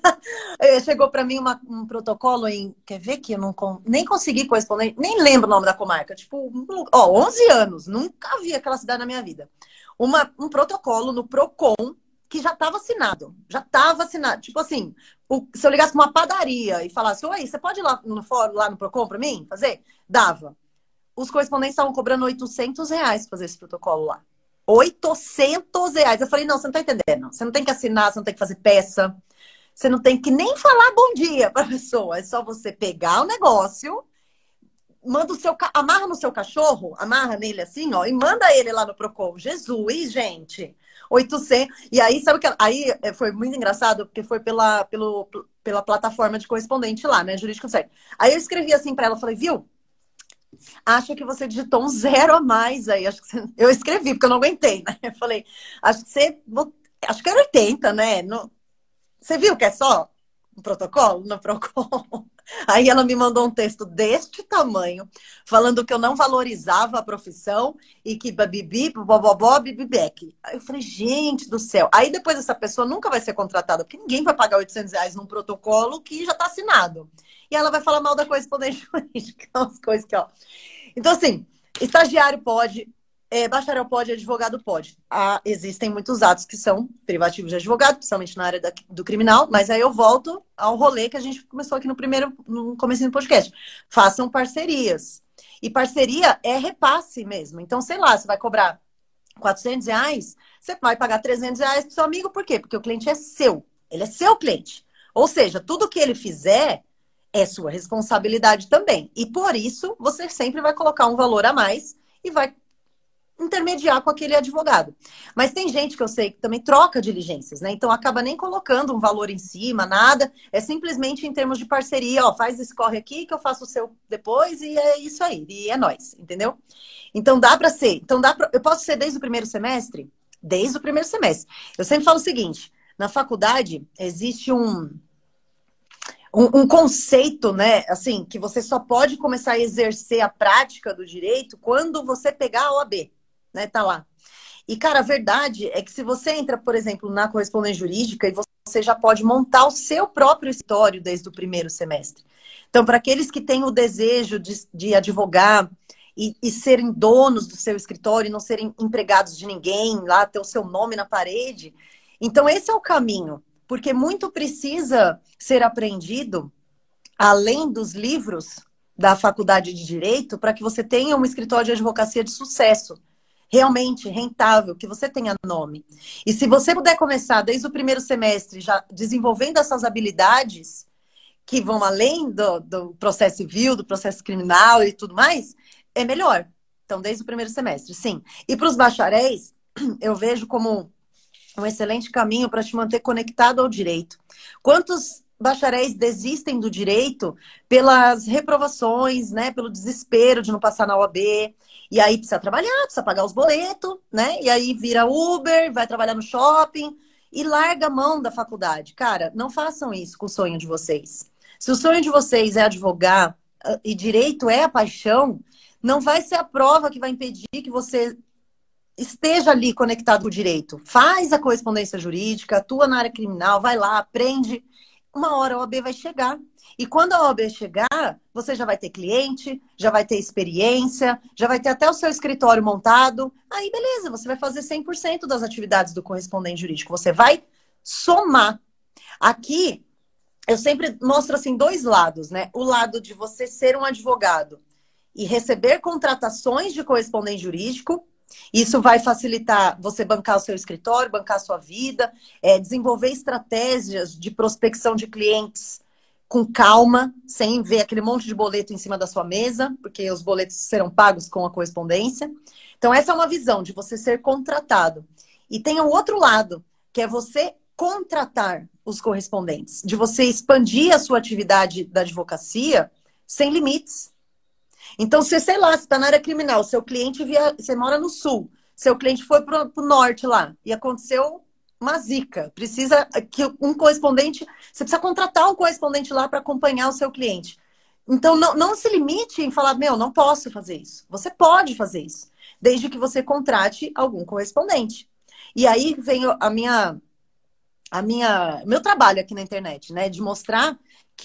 chegou para mim uma, um protocolo em... Quer ver que eu não, nem consegui corresponder, nem lembro o nome da comarca. Tipo, ó, onze anos, nunca vi aquela cidade na minha vida. Uma, um protocolo no Procon que já estava assinado. Já estava assinado. Tipo assim, o, se eu ligasse para uma padaria e falasse, oi, você pode ir lá no fórum, lá no Procon para mim fazer? Dava. Os correspondentes estavam cobrando oitocentos reais para fazer esse protocolo lá. oitocentos reais. Eu falei, não, você não tá entendendo. Você não tem que assinar, você não tem que fazer peça. Você não tem que nem falar bom dia para a pessoa. É só você pegar o negócio, manda o seu, amarra no seu cachorro, amarra nele assim, ó, e manda ele lá no Procon. Jesus, gente. oitocentos. E aí, sabe o que? Aí foi muito engraçado, porque foi pela, pelo, pela plataforma de correspondente lá, né? Jurídico Certo. Aí eu escrevi assim para ela, falei, viu? Acho que você digitou um zero a mais aí. Acho que você... Eu escrevi, porque eu não aguentei, né? Eu falei, acho que você. Acho que era oitenta, né? No... Você viu que é só um protocolo no Procon? Aí ela me mandou um texto deste tamanho, falando que eu não valorizava a profissão e que babibi, bobobó, bibibeque. Aí eu falei, gente do céu. Aí depois essa pessoa nunca vai ser contratada, porque ninguém vai pagar oitocentos reais num protocolo que já está assinado. E ela vai falar mal da correspondente jurídica, as coisas que, ó. Então, assim, estagiário pode, é, bacharel pode, advogado pode. Ah, existem muitos atos que são privativos de advogado, principalmente na área da, do criminal, mas aí eu volto ao rolê que a gente começou aqui no primeiro, no comecinho do podcast. Façam parcerias. E parceria é repasse mesmo. Então, sei lá, você vai cobrar quatrocentos reais, você vai pagar trezentos reais pro seu amigo, por quê? Porque o cliente é seu. Ele é seu cliente. Ou seja, tudo que ele fizer é sua responsabilidade também. E por isso, você sempre vai colocar um valor a mais e vai intermediar com aquele advogado. Mas tem gente que eu sei que também troca diligências, né? Então acaba nem colocando um valor em cima, nada. É simplesmente em termos de parceria, ó, faz esse corre aqui que eu faço o seu depois e é isso aí. E é nóis, entendeu? Então dá para ser. Então dá pra... Eu posso ser desde o primeiro semestre? Desde o primeiro semestre. Eu sempre falo o seguinte, na faculdade existe um Um, um conceito, né, assim, que você só pode começar a exercer a prática do direito quando você pegar a O A B, né, tá lá. E, cara, a verdade é que se você entra, por exemplo, na correspondência jurídica, e você já pode montar o seu próprio escritório desde o primeiro semestre. Então, para aqueles que têm o desejo de, de advogar e, e serem donos do seu escritório e não serem empregados de ninguém, lá ter o seu nome na parede, então esse é o caminho. Porque muito precisa ser aprendido, além dos livros da faculdade de Direito, para que você tenha um escritório de advocacia de sucesso, realmente rentável, que você tenha nome. E se você puder começar desde o primeiro semestre, já desenvolvendo essas habilidades, que vão além do, do processo civil, do processo criminal e tudo mais, é melhor. Então, desde o primeiro semestre, sim. E para os bacharéis, eu vejo como um excelente caminho para te manter conectado ao direito. Quantos bacharéis desistem do direito pelas reprovações, né? Pelo desespero de não passar na O A B. E aí precisa trabalhar, precisa pagar os boletos, né? E aí vira Uber, vai trabalhar no shopping e larga a mão da faculdade. Cara, não façam isso com o sonho de vocês. Se o sonho de vocês é advogar e direito é a paixão, não vai ser a prova que vai impedir que você esteja ali conectado com o direito. Faz a correspondência jurídica, atua na área criminal, vai lá, aprende. Uma hora a O A B vai chegar. E quando a O A B chegar, você já vai ter cliente, já vai ter experiência, já vai ter até o seu escritório montado. Aí, beleza, você vai fazer cem por cento das atividades do correspondente jurídico. Você vai somar. Aqui, eu sempre mostro assim dois lados, né? O lado de você ser um advogado e receber contratações de correspondente jurídico. Isso vai facilitar você bancar o seu escritório, bancar a sua vida, é, desenvolver estratégias de prospecção de clientes com calma, sem ver aquele monte de boleto em cima da sua mesa, porque os boletos serão pagos com a correspondência. Então, essa é uma visão de você ser contratado. E tem o outro lado, que é você contratar os correspondentes, de você expandir a sua atividade da advocacia sem limites. Então, se, sei lá, você está na área criminal, seu cliente via, você mora no sul, seu cliente foi para o norte lá e aconteceu uma zica. Precisa que um correspondente, você precisa contratar um correspondente lá para acompanhar o seu cliente. Então, não, não se limite em falar, meu, não posso fazer isso. Você pode fazer isso, desde que você contrate algum correspondente. E aí vem a minha, a minha, meu trabalho aqui na internet, né, de mostrar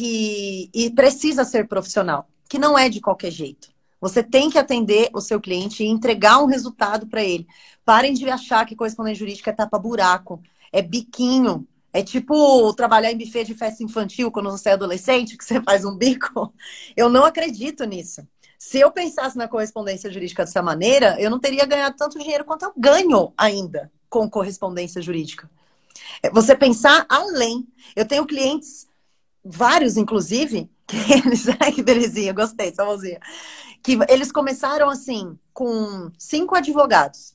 que e precisa ser profissional. Que não é de qualquer jeito. Você tem que atender o seu cliente e entregar um resultado para ele. Parem de achar que correspondente jurídica é tapa-buraco, é biquinho. É tipo trabalhar em buffet de festa infantil quando você é adolescente, que você faz um bico. Eu não acredito nisso. Se eu pensasse na correspondência jurídica dessa maneira, eu não teria ganhado tanto dinheiro quanto eu ganho ainda com correspondência jurídica. Você pensar além. Eu tenho clientes, vários inclusive, que eles, ai que belezinha, gostei, só mãozinha. Que eles começaram assim, com cinco advogados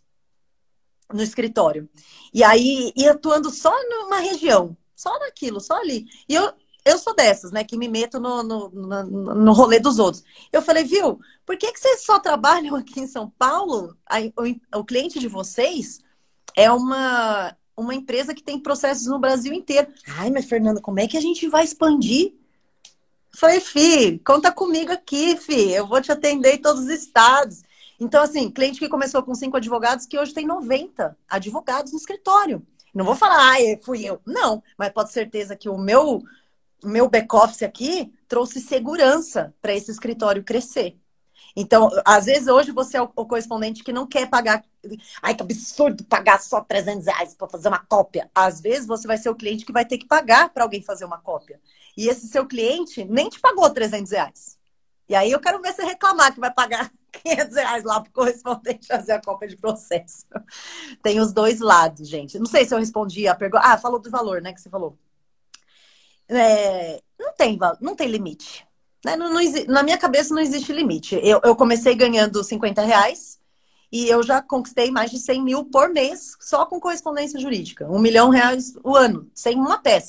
no escritório. E aí, ia atuando só numa região, só naquilo, só ali. E eu, eu sou dessas, né, que me meto no, no, no, no rolê dos outros. Eu falei, viu, por que, que vocês só trabalham aqui em São Paulo? Aí, o, o cliente de vocês é uma, uma empresa que tem processos no Brasil inteiro. Ai, mas Fernanda, como é que a gente vai expandir? Falei, fi, conta comigo aqui, fi. Eu vou te atender em todos os estados. Então, assim, cliente que começou com cinco advogados, que hoje tem noventa advogados no escritório. Não vou falar, ah, fui eu. Não, mas pode ter certeza que o meu, meu back-office aqui trouxe segurança para esse escritório crescer. Então, às vezes, hoje você é o correspondente que não quer pagar. Ai, que absurdo pagar só trezentos reais para fazer uma cópia. Às vezes, você vai ser o cliente que vai ter que pagar para alguém fazer uma cópia. E esse seu cliente nem te pagou trezentos reais. E aí eu quero ver você reclamar que vai pagar quinhentos reais lá para o correspondente fazer a cópia de processo. Tem os dois lados, gente. Não sei se eu respondi a pergunta. Ah, falou do valor, né, que você falou. É, não tem, não tem limite. Né? Não, não, na minha cabeça não existe limite. Eu, eu comecei ganhando cinquenta reais e eu já conquistei mais de cem mil por mês só com correspondência jurídica. Um milhão de reais o ano, sem uma peça.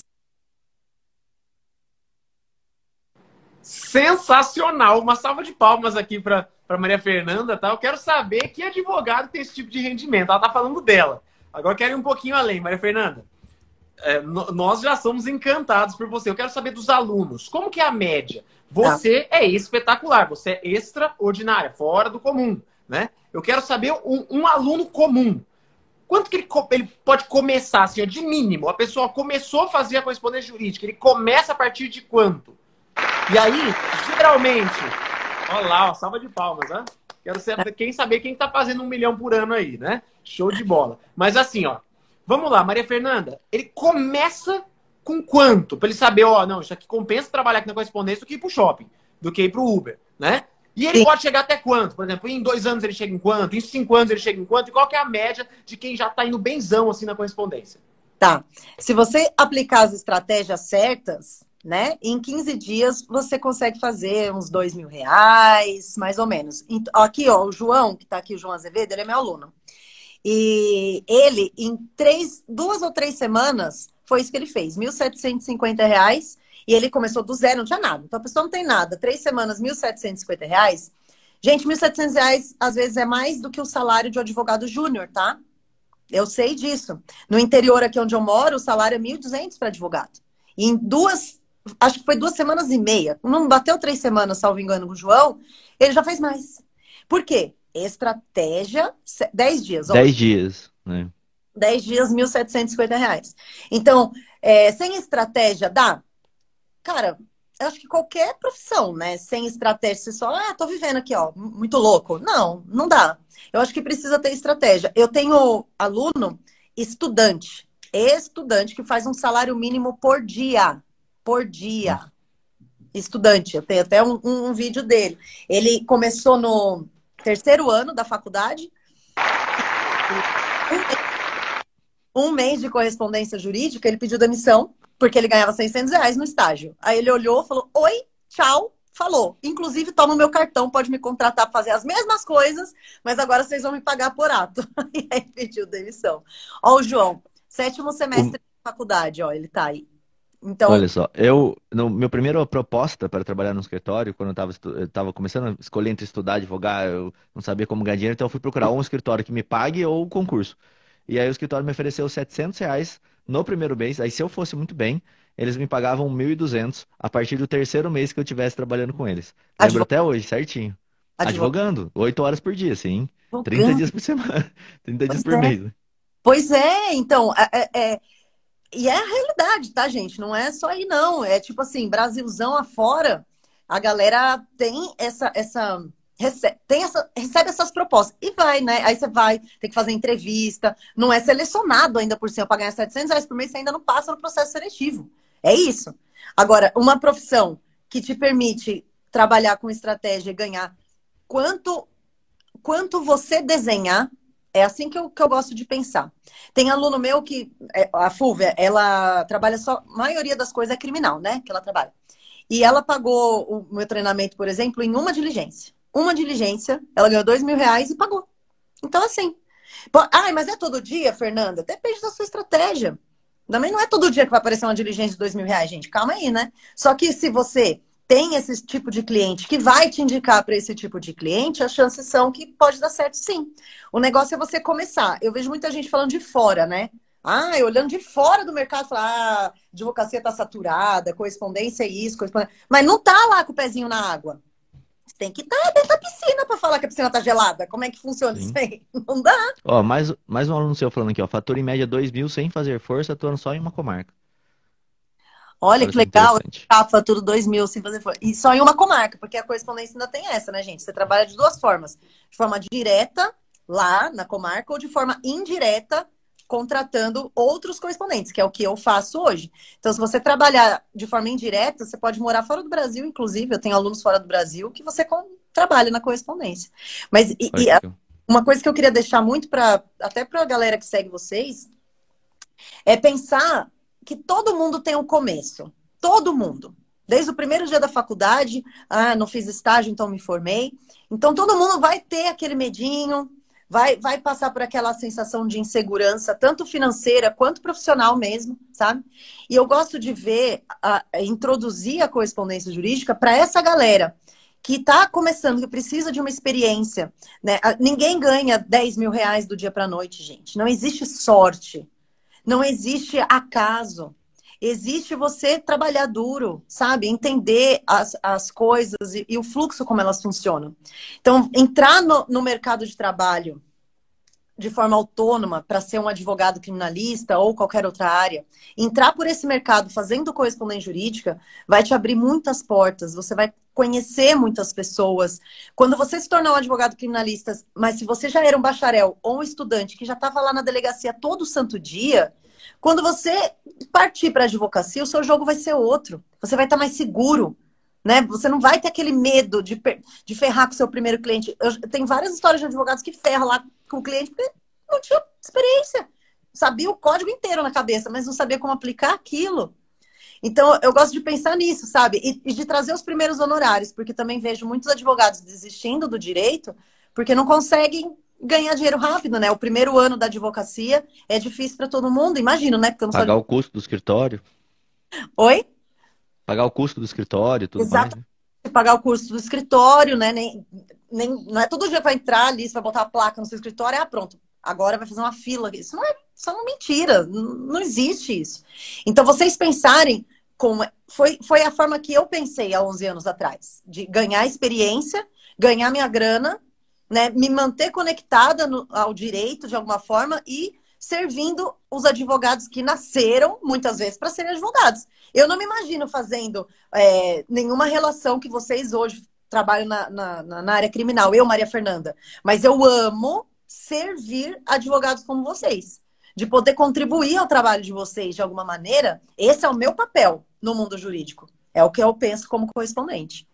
Sensacional! Uma salva de palmas aqui para para Maria Fernanda, tá? Eu quero saber que advogado tem esse tipo de rendimento. Ela tá falando dela. Agora eu quero ir um pouquinho além, Maria Fernanda. É, no, nós já somos encantados por você. Eu quero saber dos alunos. Como que é a média? Você ah. é espetacular, você é extraordinária, fora do comum, né? Eu quero saber um, um aluno comum. Quanto que ele, ele pode começar, assim, de mínimo? A pessoa começou a fazer a correspondência jurídica, ele começa a partir de quanto? E aí, geralmente... Olha lá, ó, salva de palmas, né? Quero saber quem saber quem tá fazendo um milhão por ano aí, né? Show de bola. Mas assim, ó, vamos lá, Maria Fernanda, ele começa com quanto? Para ele saber, ó, não, isso aqui compensa trabalhar aqui na correspondência do que ir pro shopping, do que ir pro Uber, né? E ele Sim. pode chegar até quanto? Por exemplo, em dois anos ele chega em quanto? Em cinco anos ele chega em quanto? E qual que é a média de quem já tá indo benzão assim na correspondência? Tá. Se você aplicar as estratégias certas, né? Em quinze dias você consegue fazer uns dois mil reais, mais ou menos. Aqui, ó, o João, que tá aqui, o João Azevedo, ele é meu aluno. E ele, em três, duas ou três semanas, foi isso que ele fez. mil setecentos e cinquenta reais. E ele começou do zero, não tinha nada. Então a pessoa não tem nada. Três semanas, mil setecentos e cinquenta reais. Gente, mil e setecentos reais, às vezes, é mais do que o salário de um advogado júnior, tá? Eu sei disso. No interior aqui onde eu moro, o salário é mil e duzentos para advogado. E em duas... Acho que foi duas semanas e meia. Não bateu três semanas, salvo engano, com o João. Ele já fez mais. Por quê? Estratégia, dez dias. Ó. Dez dias, né? Dez dias, mil setecentos e cinquenta reais. Então, é, sem estratégia, dá? Cara, eu acho que qualquer profissão, né? Sem estratégia, você só, ah, tô vivendo aqui, ó, muito louco. Não, não dá. Eu acho que precisa ter estratégia. Eu tenho aluno, estudante. Estudante que faz um salário mínimo por dia. Por dia. Estudante. Eu tenho até um, um, um vídeo dele. Ele começou no terceiro ano da faculdade. Um, um mês de correspondência jurídica, ele pediu demissão, porque ele ganhava seiscentos reais no estágio. Aí ele olhou, falou, oi, tchau, falou. Inclusive, toma o meu cartão, pode me contratar para fazer as mesmas coisas, mas agora vocês vão me pagar por ato. E aí pediu demissão. Ó o João, sétimo semestre o... da faculdade, ó, ele tá aí. Então... Olha só, eu, no meu primeira proposta para trabalhar no escritório, quando eu estava começando a escolher entre estudar, advogar, eu não sabia como ganhar dinheiro, então eu fui procurar um escritório que me pague ou o concurso. E aí o escritório me ofereceu setecentos reais no primeiro mês, aí se eu fosse muito bem, eles me pagavam mil e duzentos a partir do terceiro mês que eu estivesse trabalhando com eles. Lembro Advog... até hoje, certinho. Advog... Advogando, oito horas por dia, sim. Advogando. trinta dias por semana, trinta dias por é. mês. Pois é, então, é... é... E é a realidade, tá, gente? Não é só aí, não. É tipo assim, Brasilzão afora, a galera tem essa... essa recebe, tem essa, recebe essas propostas. E vai, né? Aí você vai, tem que fazer entrevista. Não é selecionado ainda por cima para ganhar setecentos reais por mês, você ainda não passa no processo seletivo. É isso. Agora, uma profissão que te permite trabalhar com estratégia e ganhar quanto, quanto você desenhar. É assim que eu, que eu gosto de pensar. Tem aluno meu que, a Fúvia, ela trabalha só, a maioria das coisas é criminal, né? Que ela trabalha. E ela pagou o meu treinamento, por exemplo, em uma diligência. Uma diligência, ela ganhou dois mil reais e pagou. Então, assim. Ah, mas é todo dia, Fernanda? Depende da sua estratégia. Também não é todo dia que vai aparecer uma diligência de dois mil reais, gente. Calma aí, né? Só que se você tem esse tipo de cliente que vai te indicar para esse tipo de cliente, as chances são que pode dar certo, sim. O negócio é você começar. Eu vejo muita gente falando de fora, né? Ah, olhando de fora do mercado, falar, ah, advocacia está saturada, correspondência é isso, correspondência... mas não tá lá com o pezinho na água. Você tem que estar dentro da piscina para falar que a piscina tá gelada. Como é que funciona isso Sim. aí? Não dá. Ó, mais, mais um aluno seu falando aqui, ó. Fatura em média dois mil sem fazer força, atuando só em uma comarca. Olha Olha que só que legal, interessante. a fatura dois mil sem fazer força. E só em uma comarca, porque a correspondência ainda tem essa, né, gente? Você trabalha de duas formas. De forma direta, lá na comarca, ou de forma indireta, contratando outros correspondentes, que é o que eu faço hoje. Então, se você trabalhar de forma indireta, você pode morar fora do Brasil, inclusive. Eu tenho alunos fora do Brasil que você com- trabalha na correspondência. Mas e, Olha e que a- legal. uma coisa que eu queria deixar muito para até para a galera que segue vocês é pensar que todo mundo tem um começo. Todo mundo. Desde o primeiro dia da faculdade, ah, não fiz estágio, então me formei. Então todo mundo vai ter aquele medinho, vai, vai passar por aquela sensação de insegurança, tanto financeira quanto profissional mesmo, sabe? E eu gosto de ver, a, a introduzir a correspondência jurídica para essa galera que está começando, que precisa de uma experiência, né? Ninguém ganha dez mil reais do dia para a noite, gente. Não existe sorte. Não existe acaso. Existe você trabalhar duro, sabe? Entender as, as coisas e, e o fluxo como elas funcionam. Então, entrar no, no mercado de trabalho de forma autônoma para ser um advogado criminalista ou qualquer outra área, entrar por esse mercado fazendo correspondência jurídica vai te abrir muitas portas, você vai conhecer muitas pessoas. Quando você se tornar um advogado criminalista, mas se você já era um bacharel ou um estudante que já estava lá na delegacia todo santo dia, quando você partir para a advocacia, o seu jogo vai ser outro. Você vai estar mais seguro, né? Você não vai ter aquele medo de, de ferrar com o seu primeiro cliente. Eu tenho várias histórias de advogados que ferram lá com o cliente porque não tinha experiência. Sabia o código inteiro na cabeça, mas não sabia como aplicar aquilo. Então, eu gosto de pensar nisso, sabe? E, e de trazer os primeiros honorários, porque também vejo muitos advogados desistindo do direito porque não conseguem ganhar dinheiro rápido, né? O primeiro ano da advocacia é difícil para todo mundo, imagino, né? Porque eu não sou Pagar advogada. o custo do escritório, Oi? pagar o custo do escritório e tudo mais, Exato. né? Pagar o curso do escritório, né? Nem, nem, não é todo dia que vai entrar ali, você vai botar a placa no seu escritório, ah, pronto, agora vai fazer uma fila. Isso não é, isso é uma mentira, não, não existe isso. Então, vocês pensarem como. Foi, foi a forma que eu pensei há onze anos atrás, de ganhar experiência, ganhar minha grana, né? Me manter conectada no, ao direito de alguma forma e servindo os advogados que nasceram, muitas vezes, para serem advogados. Eu não me imagino fazendo é, nenhuma relação que vocês hoje trabalham na, na, na área criminal, eu, Maria Fernanda. Mas eu amo servir advogados como vocês. De poder contribuir ao trabalho de vocês de alguma maneira, esse é o meu papel no mundo jurídico. É o que eu penso como correspondente.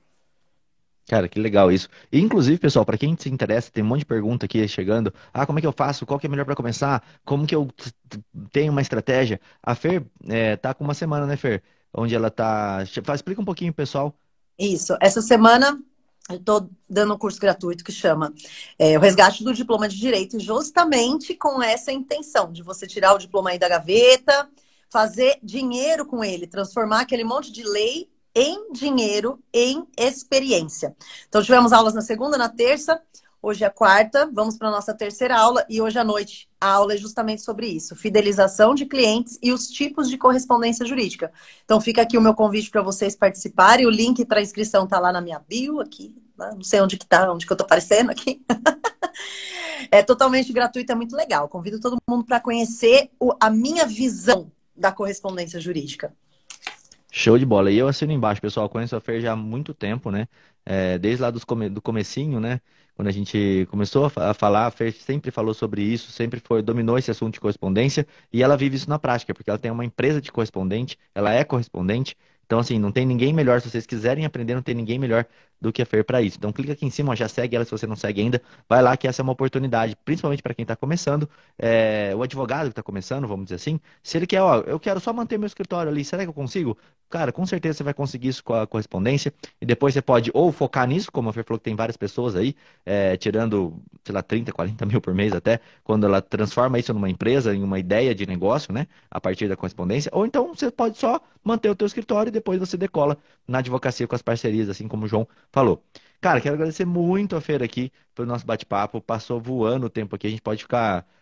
Cara, que legal isso. E, inclusive, pessoal, para quem se interessa, tem um monte de pergunta aqui chegando. Ah, como é que eu faço? Qual que é melhor para começar? Como que eu t- t- tenho uma estratégia? A Fer é, tá com uma semana, né, Fer? Onde ela tá. Faz- Explica um pouquinho, pessoal. Isso. Essa semana eu estou dando um curso gratuito que chama é, o Resgate do Diploma de Direito, justamente com essa intenção de você tirar o diploma aí da gaveta, fazer dinheiro com ele, transformar aquele monte de lei em dinheiro, em experiência. Então, tivemos aulas na segunda, na terça, hoje é quarta, vamos para a nossa terceira aula e hoje à noite a aula é justamente sobre isso, fidelização de clientes e os tipos de correspondência jurídica. Então, fica aqui o meu convite para vocês participarem, o link para inscrição está lá na minha bio, aqui, né? Não sei onde que tá, onde que eu tô aparecendo aqui. É totalmente gratuito, é muito legal. Convido todo mundo para conhecer o, a minha visão da correspondência jurídica. Show de bola. E eu assino embaixo, pessoal. Conheço a Fer já há muito tempo, né? É, desde lá dos come- do comecinho, né? Quando a gente começou a, fa- a falar, a Fer sempre falou sobre isso, sempre foi, dominou esse assunto de correspondência e ela vive isso na prática, porque ela tem uma empresa de correspondente, ela é correspondente. Então, assim, não tem ninguém melhor. Se vocês quiserem aprender, não tem ninguém melhor do que a Fer para isso. Então, clica aqui em cima, ó, já segue ela se você não segue ainda. Vai lá que essa é uma oportunidade, principalmente para quem está começando. É, o advogado que está começando, vamos dizer assim, se ele quer, ó, eu quero só manter meu escritório ali, será que eu consigo? Cara, com certeza você vai conseguir isso com a correspondência. E depois você pode ou focar nisso, como a Fer falou que tem várias pessoas aí, é, tirando, sei lá, trinta, quarenta mil por mês até, quando ela transforma isso numa empresa, em uma ideia de negócio, né? A partir da correspondência. Ou então você pode só manter o teu escritório e depois você decola na advocacia com as parcerias, assim como o João falou. Cara, quero agradecer muito a Fer aqui pelo nosso bate-papo. Passou voando o tempo aqui. A gente pode ficar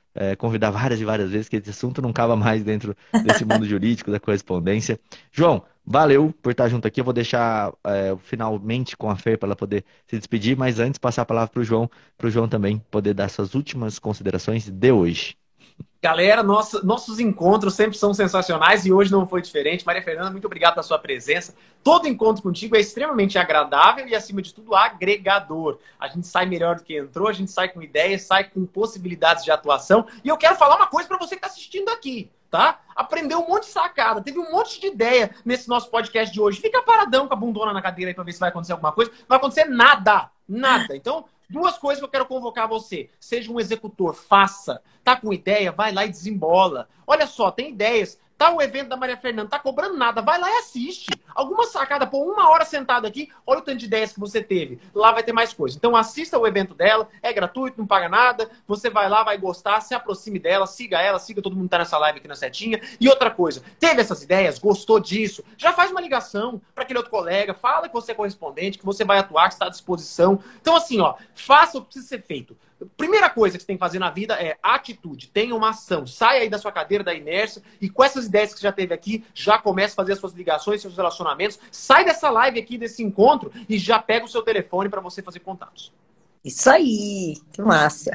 é, convidar várias e várias vezes, que esse assunto não acaba mais dentro desse mundo jurídico, da correspondência. João, valeu por estar junto aqui. Eu vou deixar é, finalmente com a Fer para ela poder se despedir, mas antes passar a palavra para o João, para o João também poder dar suas últimas considerações de hoje. Galera, nossa, nossos encontros sempre são sensacionais e hoje não foi diferente. Maria Fernanda, muito obrigado pela sua presença. Todo encontro contigo é extremamente agradável e, acima de tudo, agregador. A gente sai melhor do que entrou, a gente sai com ideias, sai com possibilidades de atuação. E eu quero falar uma coisa para você que está assistindo aqui, tá? Aprendeu um monte de sacada, teve um monte de ideia nesse nosso podcast de hoje. Fica paradão com a bundona na cadeira aí para ver se vai acontecer alguma coisa. Não vai acontecer nada, nada. Então... duas coisas que eu quero convocar você. Seja um executor, faça. Tá com ideia? Vai lá e desembola. Olha só, tem ideias. Tá o evento da Maria Fernanda, tá cobrando nada. Vai lá e assiste. Alguma sacada, pô, uma hora sentado aqui, olha o tanto de ideias que você teve. Lá vai ter mais coisa. Então assista o evento dela, é gratuito, não paga nada. Você vai lá, vai gostar, se aproxime dela, siga ela, siga todo mundo que tá nessa live aqui na setinha. E outra coisa, teve essas ideias, gostou disso, já faz uma ligação para aquele outro colega, fala que você é correspondente, que você vai atuar, que está à disposição. Então assim, ó, faça o que precisa ser feito. Primeira coisa que você tem que fazer na vida é atitude, tenha uma ação, saia aí da sua cadeira, da inércia e com essas ideias que você já teve aqui, já comece a fazer as suas ligações, seus relacionamentos, sai dessa live aqui, desse encontro e já pega o seu telefone para você fazer contatos. Isso aí, que massa.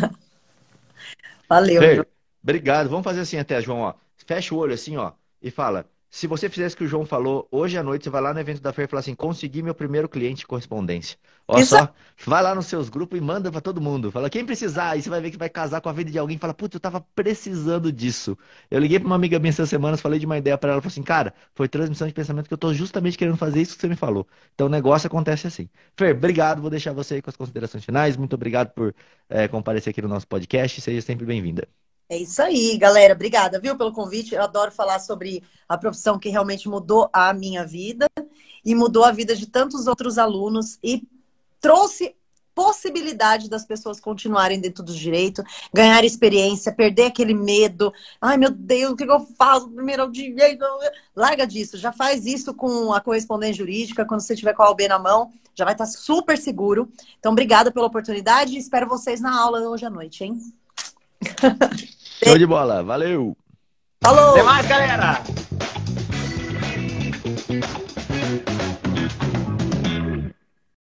Valeu. Fer, obrigado. Vamos fazer assim até, João, ó. Fecha o olho assim, ó, e fala. Se você fizesse o que o João falou, hoje à noite você vai lá no evento da Fer e fala assim, consegui meu primeiro cliente de correspondência. Olha Isso. só, vai lá nos seus grupos e manda pra todo mundo. Fala, quem precisar, aí você vai ver que vai casar com a vida de alguém. Fala, putz, eu tava precisando disso. Eu liguei pra uma amiga minha essas semanas, falei de uma ideia pra ela, falei assim, cara, foi transmissão de pensamento que eu tô justamente querendo fazer isso que você me falou. Então o negócio acontece assim. Fer, obrigado, vou deixar você aí com as considerações finais. Muito obrigado por é, comparecer aqui no nosso podcast. Seja sempre bem-vinda. É isso aí, galera. Obrigada, viu, pelo convite. Eu adoro falar sobre a profissão que realmente mudou a minha vida e mudou a vida de tantos outros alunos e trouxe possibilidade das pessoas continuarem dentro do direito, ganhar experiência, perder aquele medo. Ai, meu Deus, o que eu faço? Primeiro o direito. Larga disso. Já faz isso com a correspondência jurídica. Quando você tiver com a O A B na mão, já vai estar super seguro. Então, obrigada pela oportunidade e espero vocês na aula hoje à noite, hein? Show de bola, valeu! Falou! Até mais, galera!